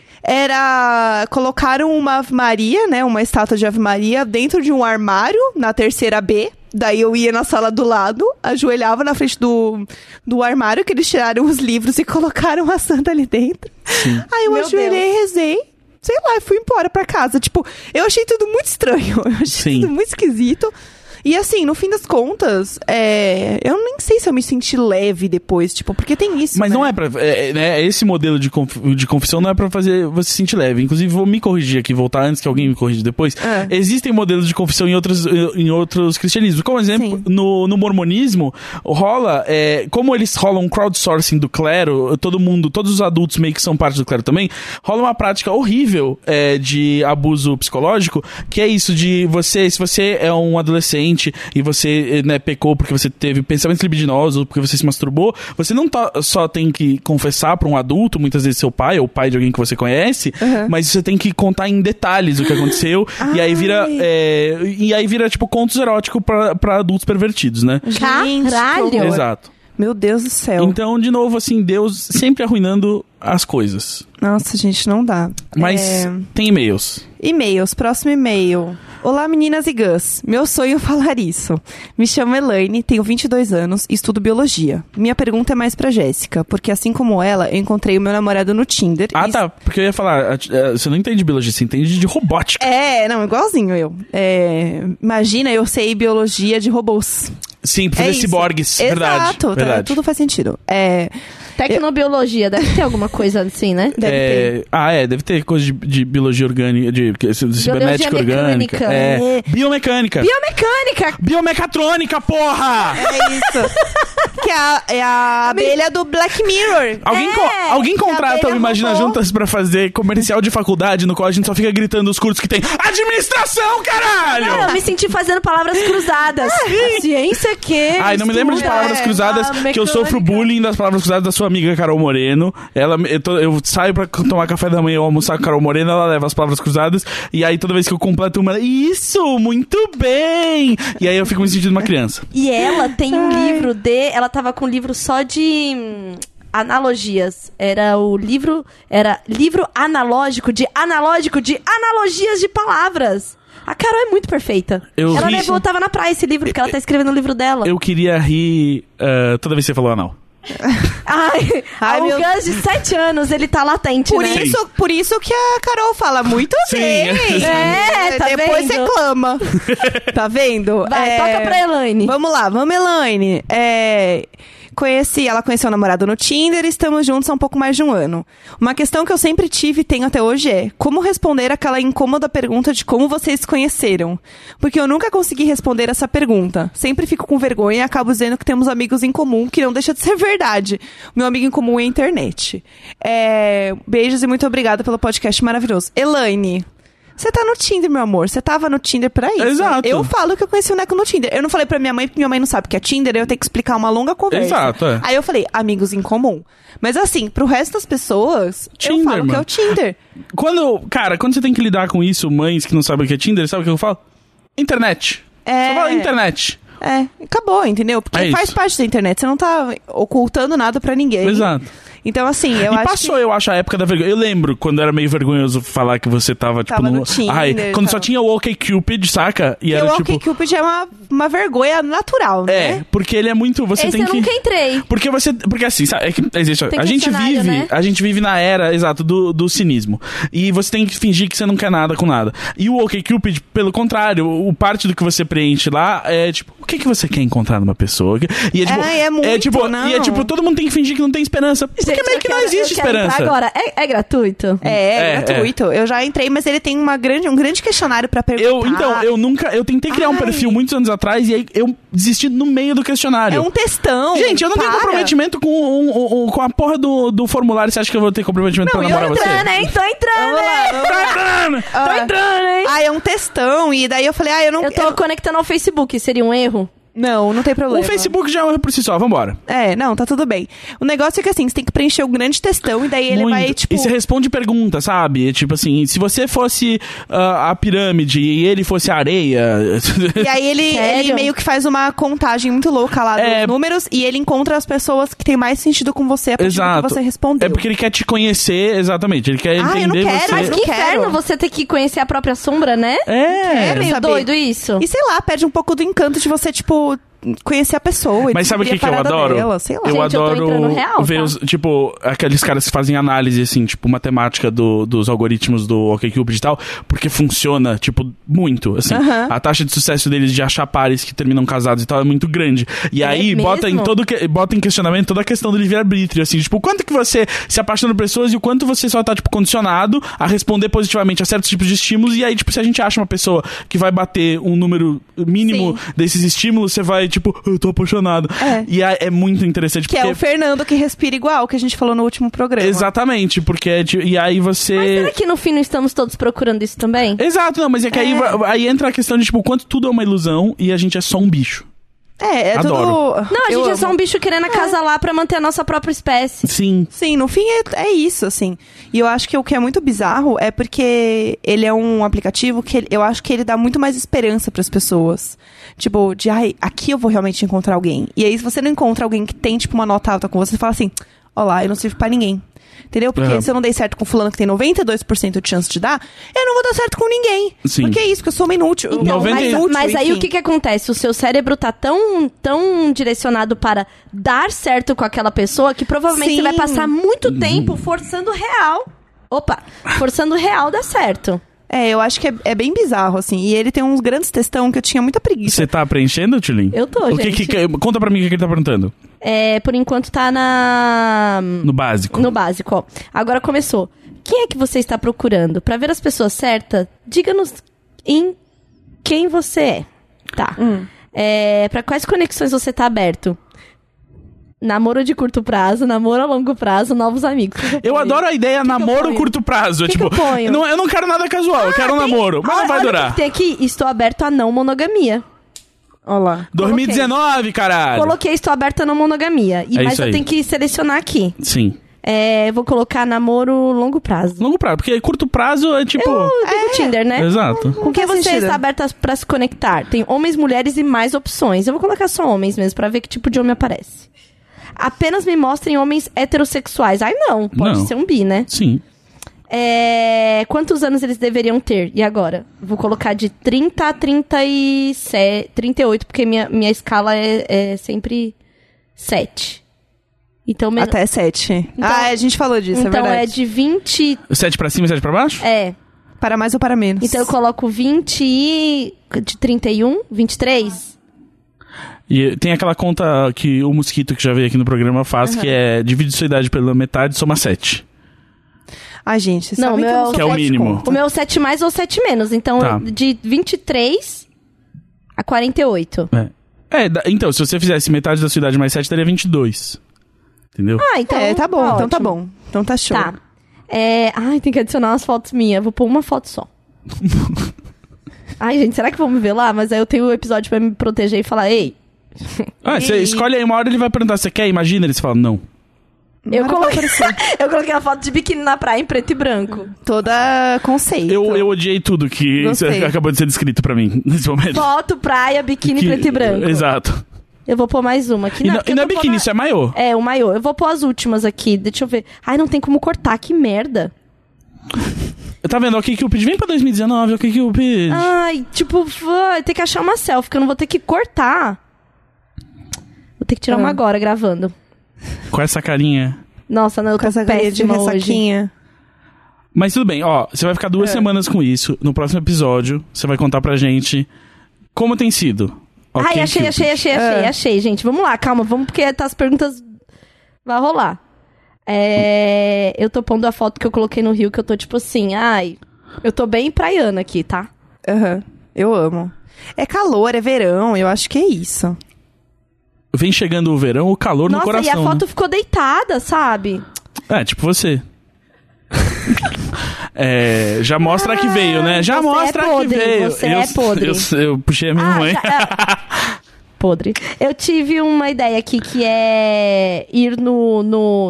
colocaram uma Ave Maria, né, uma estátua de Ave Maria dentro de um armário na terceira B. Daí eu ia na sala do lado, ajoelhava na frente do armário, que eles tiraram os livros e colocaram a santa ali dentro. Aí eu ajoelhei e rezei. Sei lá, e fui embora pra casa. Tipo, eu achei tudo muito estranho. Eu achei tudo muito esquisito. E assim, no fim das contas, eu nem sei se eu me senti leve depois, tipo, porque tem isso, mas não é pra... esse modelo de confissão não é pra fazer você se sentir leve. Inclusive, vou me corrigir aqui, voltar antes que alguém me corrija depois. Existem modelos de confissão em outros cristianismos. Como exemplo, no mormonismo, rola... como eles rolam um crowdsourcing do clero, todos os adultos meio que são parte do clero também, rola uma prática horrível de abuso psicológico, que é isso de se você é um adolescente e você, né, pecou porque você teve pensamentos libidinosos, porque você se masturbou, você não só tem que confessar pra um adulto, muitas vezes seu pai ou o pai de alguém que você conhece, mas você tem que contar em detalhes o que aconteceu. E aí vira tipo contos eróticos pra adultos pervertidos, né? Caralho! Exato. Meu Deus do céu. Então, de novo, assim, Deus sempre arruinando as coisas. Nossa, gente, não dá. Mas tem e-mails. E-mails, próximo e-mail. Olá, meninas e Gus. Meu sonho é falar isso. Me chamo Elaine, tenho 22 anos e estudo biologia. Minha pergunta é mais pra Jéssica, porque assim como ela, eu encontrei o meu namorado no Tinder. Tá, porque eu ia falar, você não entende de biologia, você entende de robótica. Não, igualzinho eu. Imagina, eu sei biologia de robôs. Sim, pra fazer ciborgues. Verdade. Exato, verdade. Tudo faz sentido. Tecnobiologia, deve ter alguma coisa assim, né? Deve ter. Deve ter coisa de biologia orgânica, de cibernética orgânica. Biomecânica. Biomecatrônica, porra! É isso. Que é a abelha do Black Mirror. Alguém contrata o Imagina roubou. Juntas pra fazer comercial de faculdade no qual a gente só fica gritando os cursos que tem administração, caralho! Não, eu me senti fazendo palavras cruzadas. A ciência que... Ai, não me lembro de palavras cruzadas, que eu sofro bullying das palavras cruzadas da sua amiga Carol Moreno. Eu saio pra tomar café da manhã ou almoçar com a Carol Moreno, ela leva as palavras cruzadas, e aí toda vez que eu completo uma, isso, muito bem! E aí eu fico me sentindo uma criança. E ela tem um livro ela tava com um livro só de analogias. Era livro analógico de analogias de palavras. A Carol é muito perfeita. Ela tava na praia esse livro, porque ela tá escrevendo o livro dela. Eu queria rir toda vez que você falou anal. O Gus de 7 anos, ele tá latente, né? Por isso que a Carol fala muito bem. Tá Depois vendo? você clama. Tá vendo? Vai, toca pra Elaine. Vamos lá, Elaine. Ela conheceu o namorado no Tinder e estamos juntos há um pouco mais de um ano. Uma questão que eu sempre tive e tenho até hoje é: como responder aquela incômoda pergunta de como vocês se conheceram? Porque eu nunca consegui responder essa pergunta. Sempre fico com vergonha e acabo dizendo que temos amigos em comum, que não deixa de ser verdade. Meu amigo em comum é a internet. Beijos e muito obrigada pelo podcast maravilhoso. Elaine, você tá no Tinder, meu amor. Você tava no Tinder pra isso. Exato. Eu falo que eu conheci o Neco no Tinder. Eu não falei pra minha mãe, porque minha mãe não sabe o que é Tinder. Eu tenho que explicar uma longa conversa. Exato, Aí eu falei, amigos em comum. Mas assim, pro resto das pessoas, Tinder, eu falo que é o Tinder. Quando você tem que lidar com isso, mães que não sabem o que é Tinder, sabe o que eu falo? Internet. Só fala internet. Acabou, entendeu? Porque faz parte da internet. Você não tá ocultando nada pra ninguém. Exato. Então, assim, eu acho eu acho, a época da vergonha. Eu lembro quando era meio vergonhoso falar que você tava no Tinder. Quando só tinha o OkCupid, saca? E era o OkCupid é uma vergonha natural, né? Porque ele é muito... Esse eu nunca entrei. Porque assim, sabe, existe, né? a gente vive na era, exato, do cinismo. E você tem que fingir que você não quer nada com nada. E o OkCupid, pelo contrário, o parte do que você preenche lá é tipo, o que você quer encontrar numa pessoa? E é tipo, todo mundo tem que fingir que não tem esperança. Porque meio que não existe esperança. Agora, é gratuito? É gratuito. Eu já entrei, mas ele tem um grande questionário pra perguntar. Eu tentei criar um perfil muitos anos atrás e aí eu desisti no meio do questionário. É um textão. Gente, eu não tenho comprometimento com a porra do formulário. Você acha que eu vou ter comprometimento pra namorar você? Tô entrando, hein? É um textão. E daí eu falei, eu tô conectando ao Facebook. Seria um erro? Não tem problema. O Facebook já é por si só, vambora. Não, tá tudo bem. O negócio é que assim, você tem que preencher um grande textão e daí ele vai, tipo... E você responde perguntas, sabe? Tipo assim, se você fosse a pirâmide e ele fosse a areia... E aí ele meio que faz uma contagem muito louca lá dos números e ele encontra as pessoas que têm mais sentido com você a partir do que você respondeu. É porque ele quer te conhecer, exatamente. Ele quer entender você. Mas que inferno você ter que conhecer a própria sombra, né? É meio doido isso. E sei lá, perde um pouco do encanto de você, tipo... conhecer a pessoa. Mas sabe o que eu adoro? Dela, sei lá. Gente, adoro eu tô entrando real, ver aqueles caras que fazem análise, assim, tipo, matemática dos algoritmos do OkCupid e tal, porque funciona, tipo, muito, assim. A taxa de sucesso deles de achar pares que terminam casados e tal é muito grande. E aí bota em questionamento toda a questão do livre-arbítrio, assim, tipo, o quanto que você se apaixona por pessoas e o quanto você só tá, tipo, condicionado a responder positivamente a certos tipos de estímulos, e aí, tipo, se a gente acha uma pessoa que vai bater um número mínimo desses estímulos, você vai, tipo, eu tô apaixonado. E é muito interessante. Que é o Fernando que respira igual, que a gente falou no último programa. Exatamente, porque e aí você... Mas será que no fim não estamos todos procurando isso também? Exato, não, mas é que aí entra a questão de, tipo, quanto tudo é uma ilusão e a gente é só um bicho. Adoro. Tudo... Não, a gente é só um bicho querendo acasalar pra manter a nossa própria espécie. Sim. Sim, no fim é isso, assim. E eu acho que o que é muito bizarro é porque ele é um aplicativo que eu acho que ele dá muito mais esperança pras pessoas. Tipo, aqui eu vou realmente encontrar alguém. E aí, se você não encontra alguém que tem, tipo, uma nota alta com você, você fala assim, olá, eu não sirvo pra ninguém. Entendeu? Porque se eu não dei certo com fulano que tem 92% de chance de dar, eu não vou dar certo com ninguém. Sim. Porque é isso, porque eu sou uma inútil. Então, mas aí o que acontece? O seu cérebro tá tão direcionado para dar certo com aquela pessoa que provavelmente você vai passar muito tempo forçando real. Forçando real dar certo. Eu acho que é bem bizarro, assim. E ele tem uns grandes textão que eu tinha muita preguiça. Você tá preenchendo, Tulin? Eu tô, gente. Conta pra mim o que ele tá perguntando. Por enquanto tá no básico. No básico, ó. Agora começou. Quem é que você está procurando? Pra ver as pessoas certas, diga-nos em quem você é. Tá. Pra quais conexões você tá aberto? Namoro de curto prazo, namoro a longo prazo, novos amigos. Eu adoro a ideia namoro curto prazo. Que tipo, que eu ponho? Eu não quero nada casual, eu quero um namoro. Mas não vai durar. O que tem aqui? Estou aberto a não monogamia. Olha lá. 2019, caralho. Coloquei estou aberto a não monogamia. Mas eu tenho que selecionar aqui. Sim. Vou colocar namoro longo prazo. Longo prazo, porque curto prazo é tipo... Eu digo Tinder, né? Exato. Com quem você está aberta pra se conectar? Tem homens, mulheres e mais opções. Eu vou colocar só homens mesmo, pra ver que tipo de homem aparece. Apenas me mostrem homens heterossexuais. Ai, não. Pode ser um bi, né? Sim. Quantos anos eles deveriam ter? E agora? Vou colocar de 30 a 38, porque minha escala é sempre 7. Então, até 7. Então, a gente falou disso, então é verdade. É de 20... 7 pra cima e 7 pra baixo? Para mais ou para menos. Então eu coloco 20 e... de 31? 23? E tem aquela conta que o Mosquito, que já veio aqui no programa, faz, que é divide sua idade pela metade, soma 7. Ai, gente, não, sabe meu, que é o mínimo. Conta. O meu 7 mais ou 7 menos. Então, de 23 a 48. Então, se você fizesse metade da sua idade mais 7, daria 22. Entendeu? Então tá bom, então tá bom. Então tá show. Tá. Tem que adicionar umas fotos minhas. Vou pôr uma foto só. Ai, gente, será que vão me ver lá? Mas aí eu tenho o episódio pra me proteger e falar, ei... Você escolhe aí uma hora, ele vai perguntar, você quer? Imagina, eles falam, não. Eu coloquei a foto de biquíni na praia em preto e branco. Toda conceito. Eu odiei tudo que acabou de ser descrito pra mim, nesse momento. Foto, praia, biquíni preto e branco. Exato. Eu vou pôr mais uma aqui. E não é biquíni, isso é maiô. O maiô. Eu vou pôr as últimas aqui, deixa eu ver. Ai, não tem como cortar, que merda. Tá vendo? O OkCupid vem pra 2019, o OkCupid. Ai, tipo, vai ter que achar uma selfie, que eu não vou ter que cortar. Vou ter que tirar uma agora, gravando. Com essa carinha. Nossa, não, eu tô essa carinha de ressaquinha. Mas tudo bem, ó, você vai ficar 2 semanas com isso. No próximo episódio, você vai contar pra gente como tem sido. Ai, achei, gente. Vamos lá, calma, vamos, porque as perguntas vai rolar. Eu tô pondo a foto que eu coloquei no Rio, que eu tô tipo assim, eu tô bem praiana aqui, tá? Eu amo. É calor, é verão, eu acho que é isso. Vem chegando o verão, o calor no coração. Nossa, e a foto ficou deitada, sabe? Tipo você. Já mostra que veio, né? Já mostra que veio. Você é podre. Eu puxei a minha mãe. Podre. Eu tive uma ideia aqui que é ir no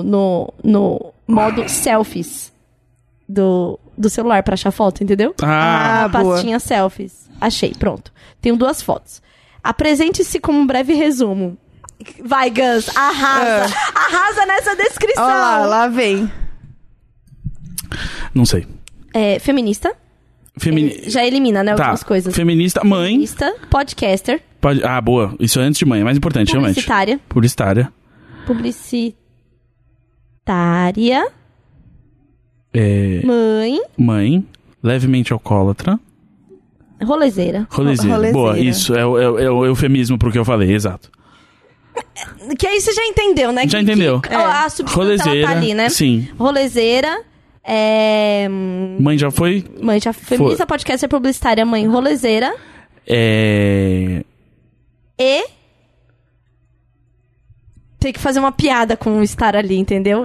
modo selfies do celular pra achar foto, entendeu? Boa. Pastinha selfies. Achei, pronto. Tenho 2 fotos. Apresente-se como um breve resumo. Vai, Gus, arrasa. Arrasa nessa descrição. Olha lá vem. Não sei. Feminista. Já elimina, né, algumas coisas. Feminista, mãe. Feminista, podcaster. Boa. Isso é antes de mãe, é mais importante, realmente. Publicitária. Mãe. Levemente alcoólatra. Rolezeira. Boa, isso. É o eufemismo pro que eu falei, exato. Que aí você já entendeu, né? Já entendeu. A substância ela tá ali, né? Sim. Rolezeira. Mãe já foi? Mãe já foi. Feminista, podcaster, publicitária, mãe, rolezeira. E... Tem que fazer uma piada com estar ali, entendeu?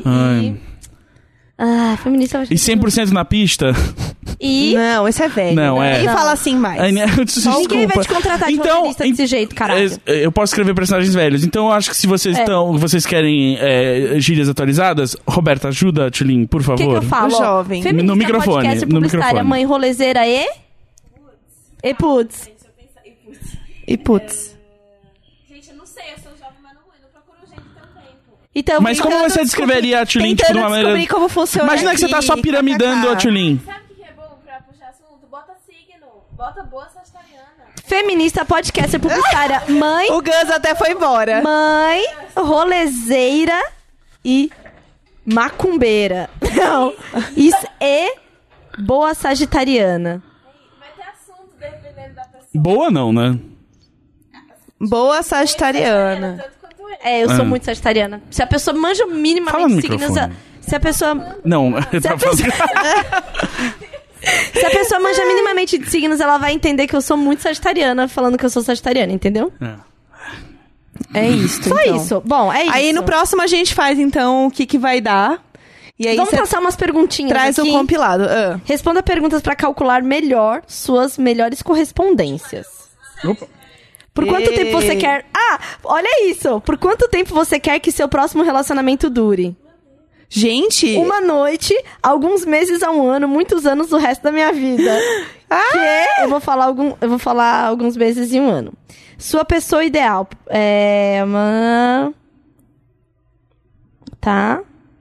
Feminista... E 100% na pista? Não, esse é velho. Não, Ninguém fala assim mais. Ninguém vai te contratar de roteirista desse jeito, caralho. Eu posso escrever personagens velhos. Então eu acho que se vocês querem gírias atualizadas, Roberta, ajuda, Tulin, por favor. O que eu falo? Jovem. Feminista, no microfone. Podcaster, publicitária, mãe, rolezeira e putz. E putz. Gente, eu não sei, eu sou jovem, mas não procuro gente que tem um tempo. Então, mas como você descreveria a Tulin de uma maneira... descobrir como funciona. Imagina que você tá só piramidando a Tulin. Sabe o que é bom pra puxar assunto? Bota signo. Bota boa sagitariana. Feminista, podcaster, publicitária, mãe... O Gus até foi embora. Mãe, rolezeira e macumbeira. Não. Isso é Boa sagitariana. Vai ter assunto dependendo da pessoa. Boa não, né? Boa sagitariana. Tanto quanto eu. Eu sou muito sagitariana. Se a pessoa manja Fala minimamente no signos... microfone. Se a pessoa... Não, Se a pessoa manja minimamente de signos, ela vai entender que eu sou muito sagitariana, falando que eu sou sagitariana, entendeu? É isso, Só então. isso. Bom, é isso. Aí no próximo a gente faz, então, o que vai dar. E aí Vamos você passar umas perguntinhas traz aqui. o compilado. Responda perguntas pra calcular melhor suas melhores correspondências. Opa. Por quanto tempo você quer... olha isso! Por quanto tempo você quer que seu próximo relacionamento dure? Gente... Uma noite, alguns meses a um ano, muitos anos do resto da minha vida. Eu vou falar alguns meses e um ano. Sua pessoa ideal. Tá.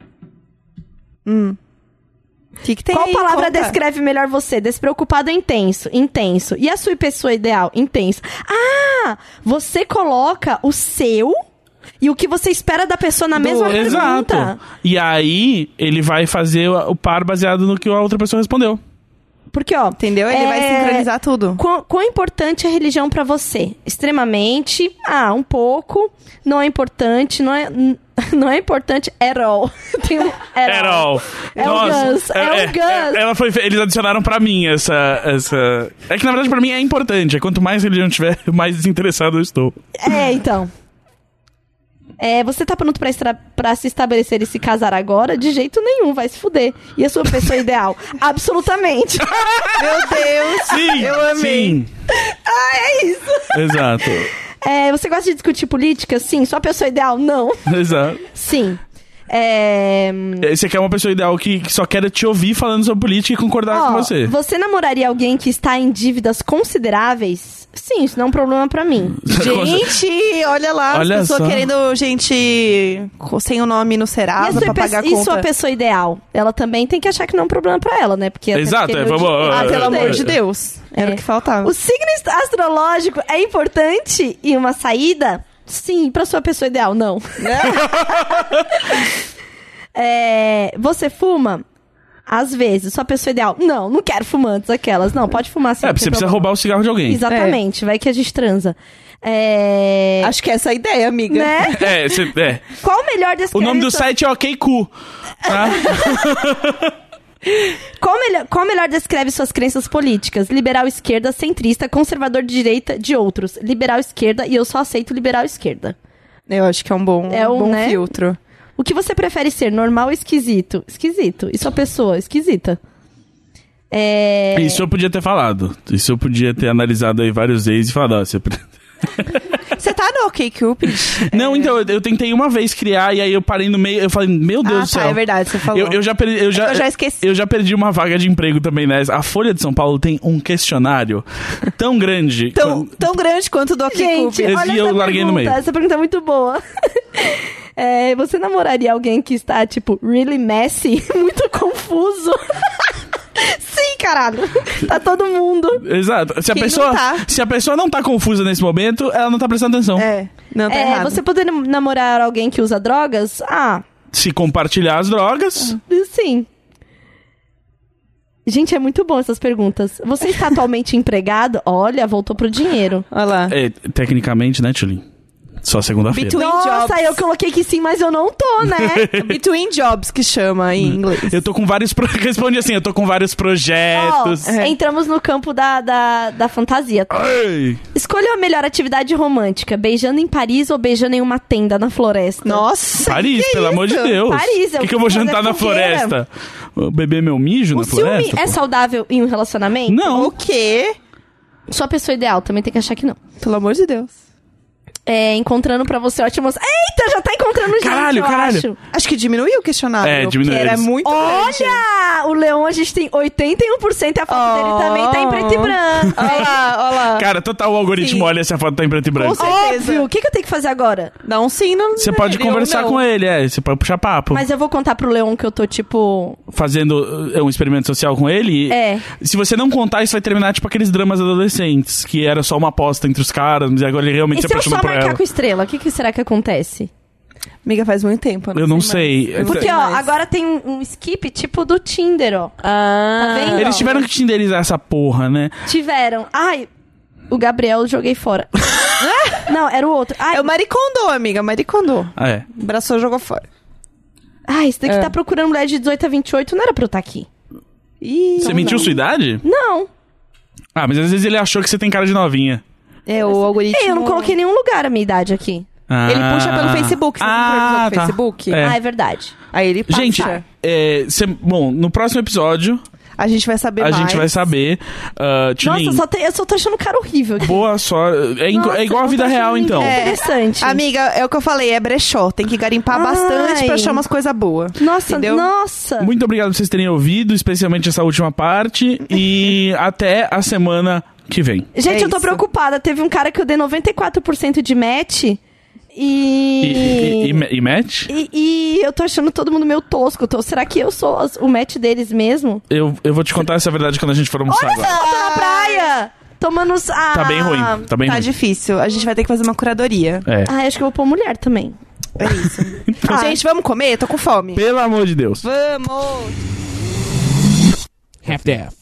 Que tem Qual aí? palavra Conta. descreve melhor você? Despreocupado ou intenso? Intenso. E a sua pessoa ideal? Intenso. Você coloca o seu e o que você espera da pessoa na mesma pergunta. Exato. E aí, ele vai fazer o par baseado no que a outra pessoa respondeu. Porque, ó... Entendeu? Ele vai sincronizar tudo. Quão importante é a religião pra você? Extremamente. Um pouco. Não é importante. Não é importante at all. Tem um at all. É o Gus. É o Gus. Eles adicionaram pra mim essa... É que, na verdade, pra mim é importante. Quanto mais religião tiver, mais desinteressado eu estou. Então. Você tá pronto pra se estabelecer e se casar agora? De jeito nenhum, vai se fuder. E a sua pessoa ideal? Absolutamente. Meu Deus. Sim, eu amei. Sim. É isso. Exato. Você gosta de discutir política? Sim. Sua pessoa ideal? Não. Exato. Sim. Você quer uma pessoa ideal que só quer te ouvir falando sobre política e concordar com você. Você namoraria alguém que está em dívidas consideráveis? Sim, isso não é um problema pra mim. Gente, olha lá, Olha as pessoas só. querendo gente sem o nome no Serasa pra pagar a conta. E sua pessoa ideal? Ela também tem que achar que não é um problema pra ela, né? Porque Exato, vamos... pelo amor de Deus. Era o que faltava. O signo astrológico é importante em uma saída? Sim, pra sua pessoa ideal, não. Você fuma? Às vezes. Sua pessoa ideal? Não quero fumantes, aquelas. Não, pode fumar sim. Você precisa roubar o cigarro de alguém. Exatamente, vai que a gente transa. Acho que essa é a ideia, amiga. Né? Qual o melhor descreve... O nome do site é OkCu. Tá? Qual melhor descreve suas crenças políticas? Liberal esquerda, centrista, conservador de direita, de outros. Liberal esquerda e eu só aceito liberal esquerda. Eu acho que é um bom né? filtro. O que você prefere ser? Normal ou esquisito? Esquisito. E sua pessoa? Esquisita. Isso eu podia ter falado. Isso eu podia ter analisado aí vários vezes e falado, Você tá no OkCupid? Não, então, eu tentei uma vez criar e aí eu parei no meio, eu falei, meu Deus do céu. É verdade, você falou. Eu já esqueci. Eu já perdi uma vaga de emprego também, né? A Folha de São Paulo tem um questionário tão grande. Tão grande quanto o do OkCupid. Gente, olha e eu larguei no meio. Essa pergunta é muito boa. Você namoraria alguém que está, tipo, really messy? Muito confuso? Sim, caralho. Tá todo mundo. Exato. Se a pessoa não tá confusa nesse momento, ela não tá prestando atenção. Não tá errado. Você poderia namorar alguém que usa drogas? Se compartilhar as drogas. Sim. Gente, é muito bom essas perguntas. Você está atualmente empregado? Olha, voltou pro dinheiro. Olha lá. Tecnicamente, né, Tulin? Só segunda-feira. Nossa, eu coloquei que sim, mas eu não tô, né? Between Jobs, que chama em inglês. Eu tô com vários... Responde assim, eu tô com vários projetos. Entramos no campo da fantasia. Ai. Escolha a melhor atividade romântica. Beijando em Paris ou beijando em uma tenda na floresta? Nossa, Paris, pelo amor de Deus. Paris, O que eu vou jantar na floresta? Beber meu mijo na floresta? O ciúme é saudável em um relacionamento? Não. O quê? Sua pessoa ideal também tem que achar que não. Pelo amor de Deus. Encontrando pra você ótimos... Eita, já tá encontrando gente, Caralho. Acho que diminuiu o questionário. Diminuiu. Porque era muito grande. Olha! O Leon, a gente tem 81% e a foto dele também tá em preto e branco. Olha lá. Cara, total o algoritmo olha se a foto tá em preto e branco. Com certeza. Óbvio. O que eu tenho que fazer agora? Dá um sim no... Você pode conversar com ele, você pode puxar papo. Mas eu vou contar pro Leon que eu tô, tipo... Fazendo um experimento social com ele. Se você não contar, isso vai terminar tipo aqueles dramas adolescentes, que era só uma aposta entre os caras, mas agora ele realmente se apaixonou por ela. E se eu só marcar com estrela, o que será que acontece? Amiga, faz muito tempo. Eu não sei. Porque, ó, agora tem um skip tipo do Tinder, ó. Tá vendo? Eles tiveram que tinderizar essa porra, né? Tiveram. Ai, o Gabriel eu joguei fora. Não, era o outro. Ai, É o Maricondo, amiga, Maricondo. É. Abraçou, jogou fora. ai, esse daqui tá procurando mulher de 18 a 28, não era pra eu estar aqui. Você mentiu sua idade? Não. Ah, mas às vezes ele achou que você tem cara de novinha. É, o algoritmo... Eu não coloquei em nenhum lugar a minha idade aqui. Ele puxa pelo Facebook. Você não pelo Facebook? É. Ah, é verdade. Aí ele passa. Gente, bom, no próximo episódio... A gente vai saber mais. A gente vai saber. Tulin, Nossa, eu só tô achando um cara horrível aqui. boa sorte. É igual a vida real, então. É interessante. Amiga, é o que eu falei, é brechó. Tem que garimpar bastante pra achar umas coisas boas. Nossa, entendeu? nossa. Muito obrigado por vocês terem ouvido, especialmente essa última parte. E até a semana que vem. Gente, eu tô isso. preocupada. Teve um cara que eu dei 94% de match E match? E eu tô achando todo mundo meio tosco. Será que eu sou o match deles mesmo? Eu vou te contar essa verdade quando a gente for almoçar agora. Eu tô na praia! Tomando... Tá bem ruim. Tá bem Tá ruim. difícil. A gente vai ter que fazer uma curadoria. É. Ai, acho que eu vou pôr mulher também. É isso. Gente, vamos comer? Tô com fome. Pelo amor de Deus. Vamos! Half-Death.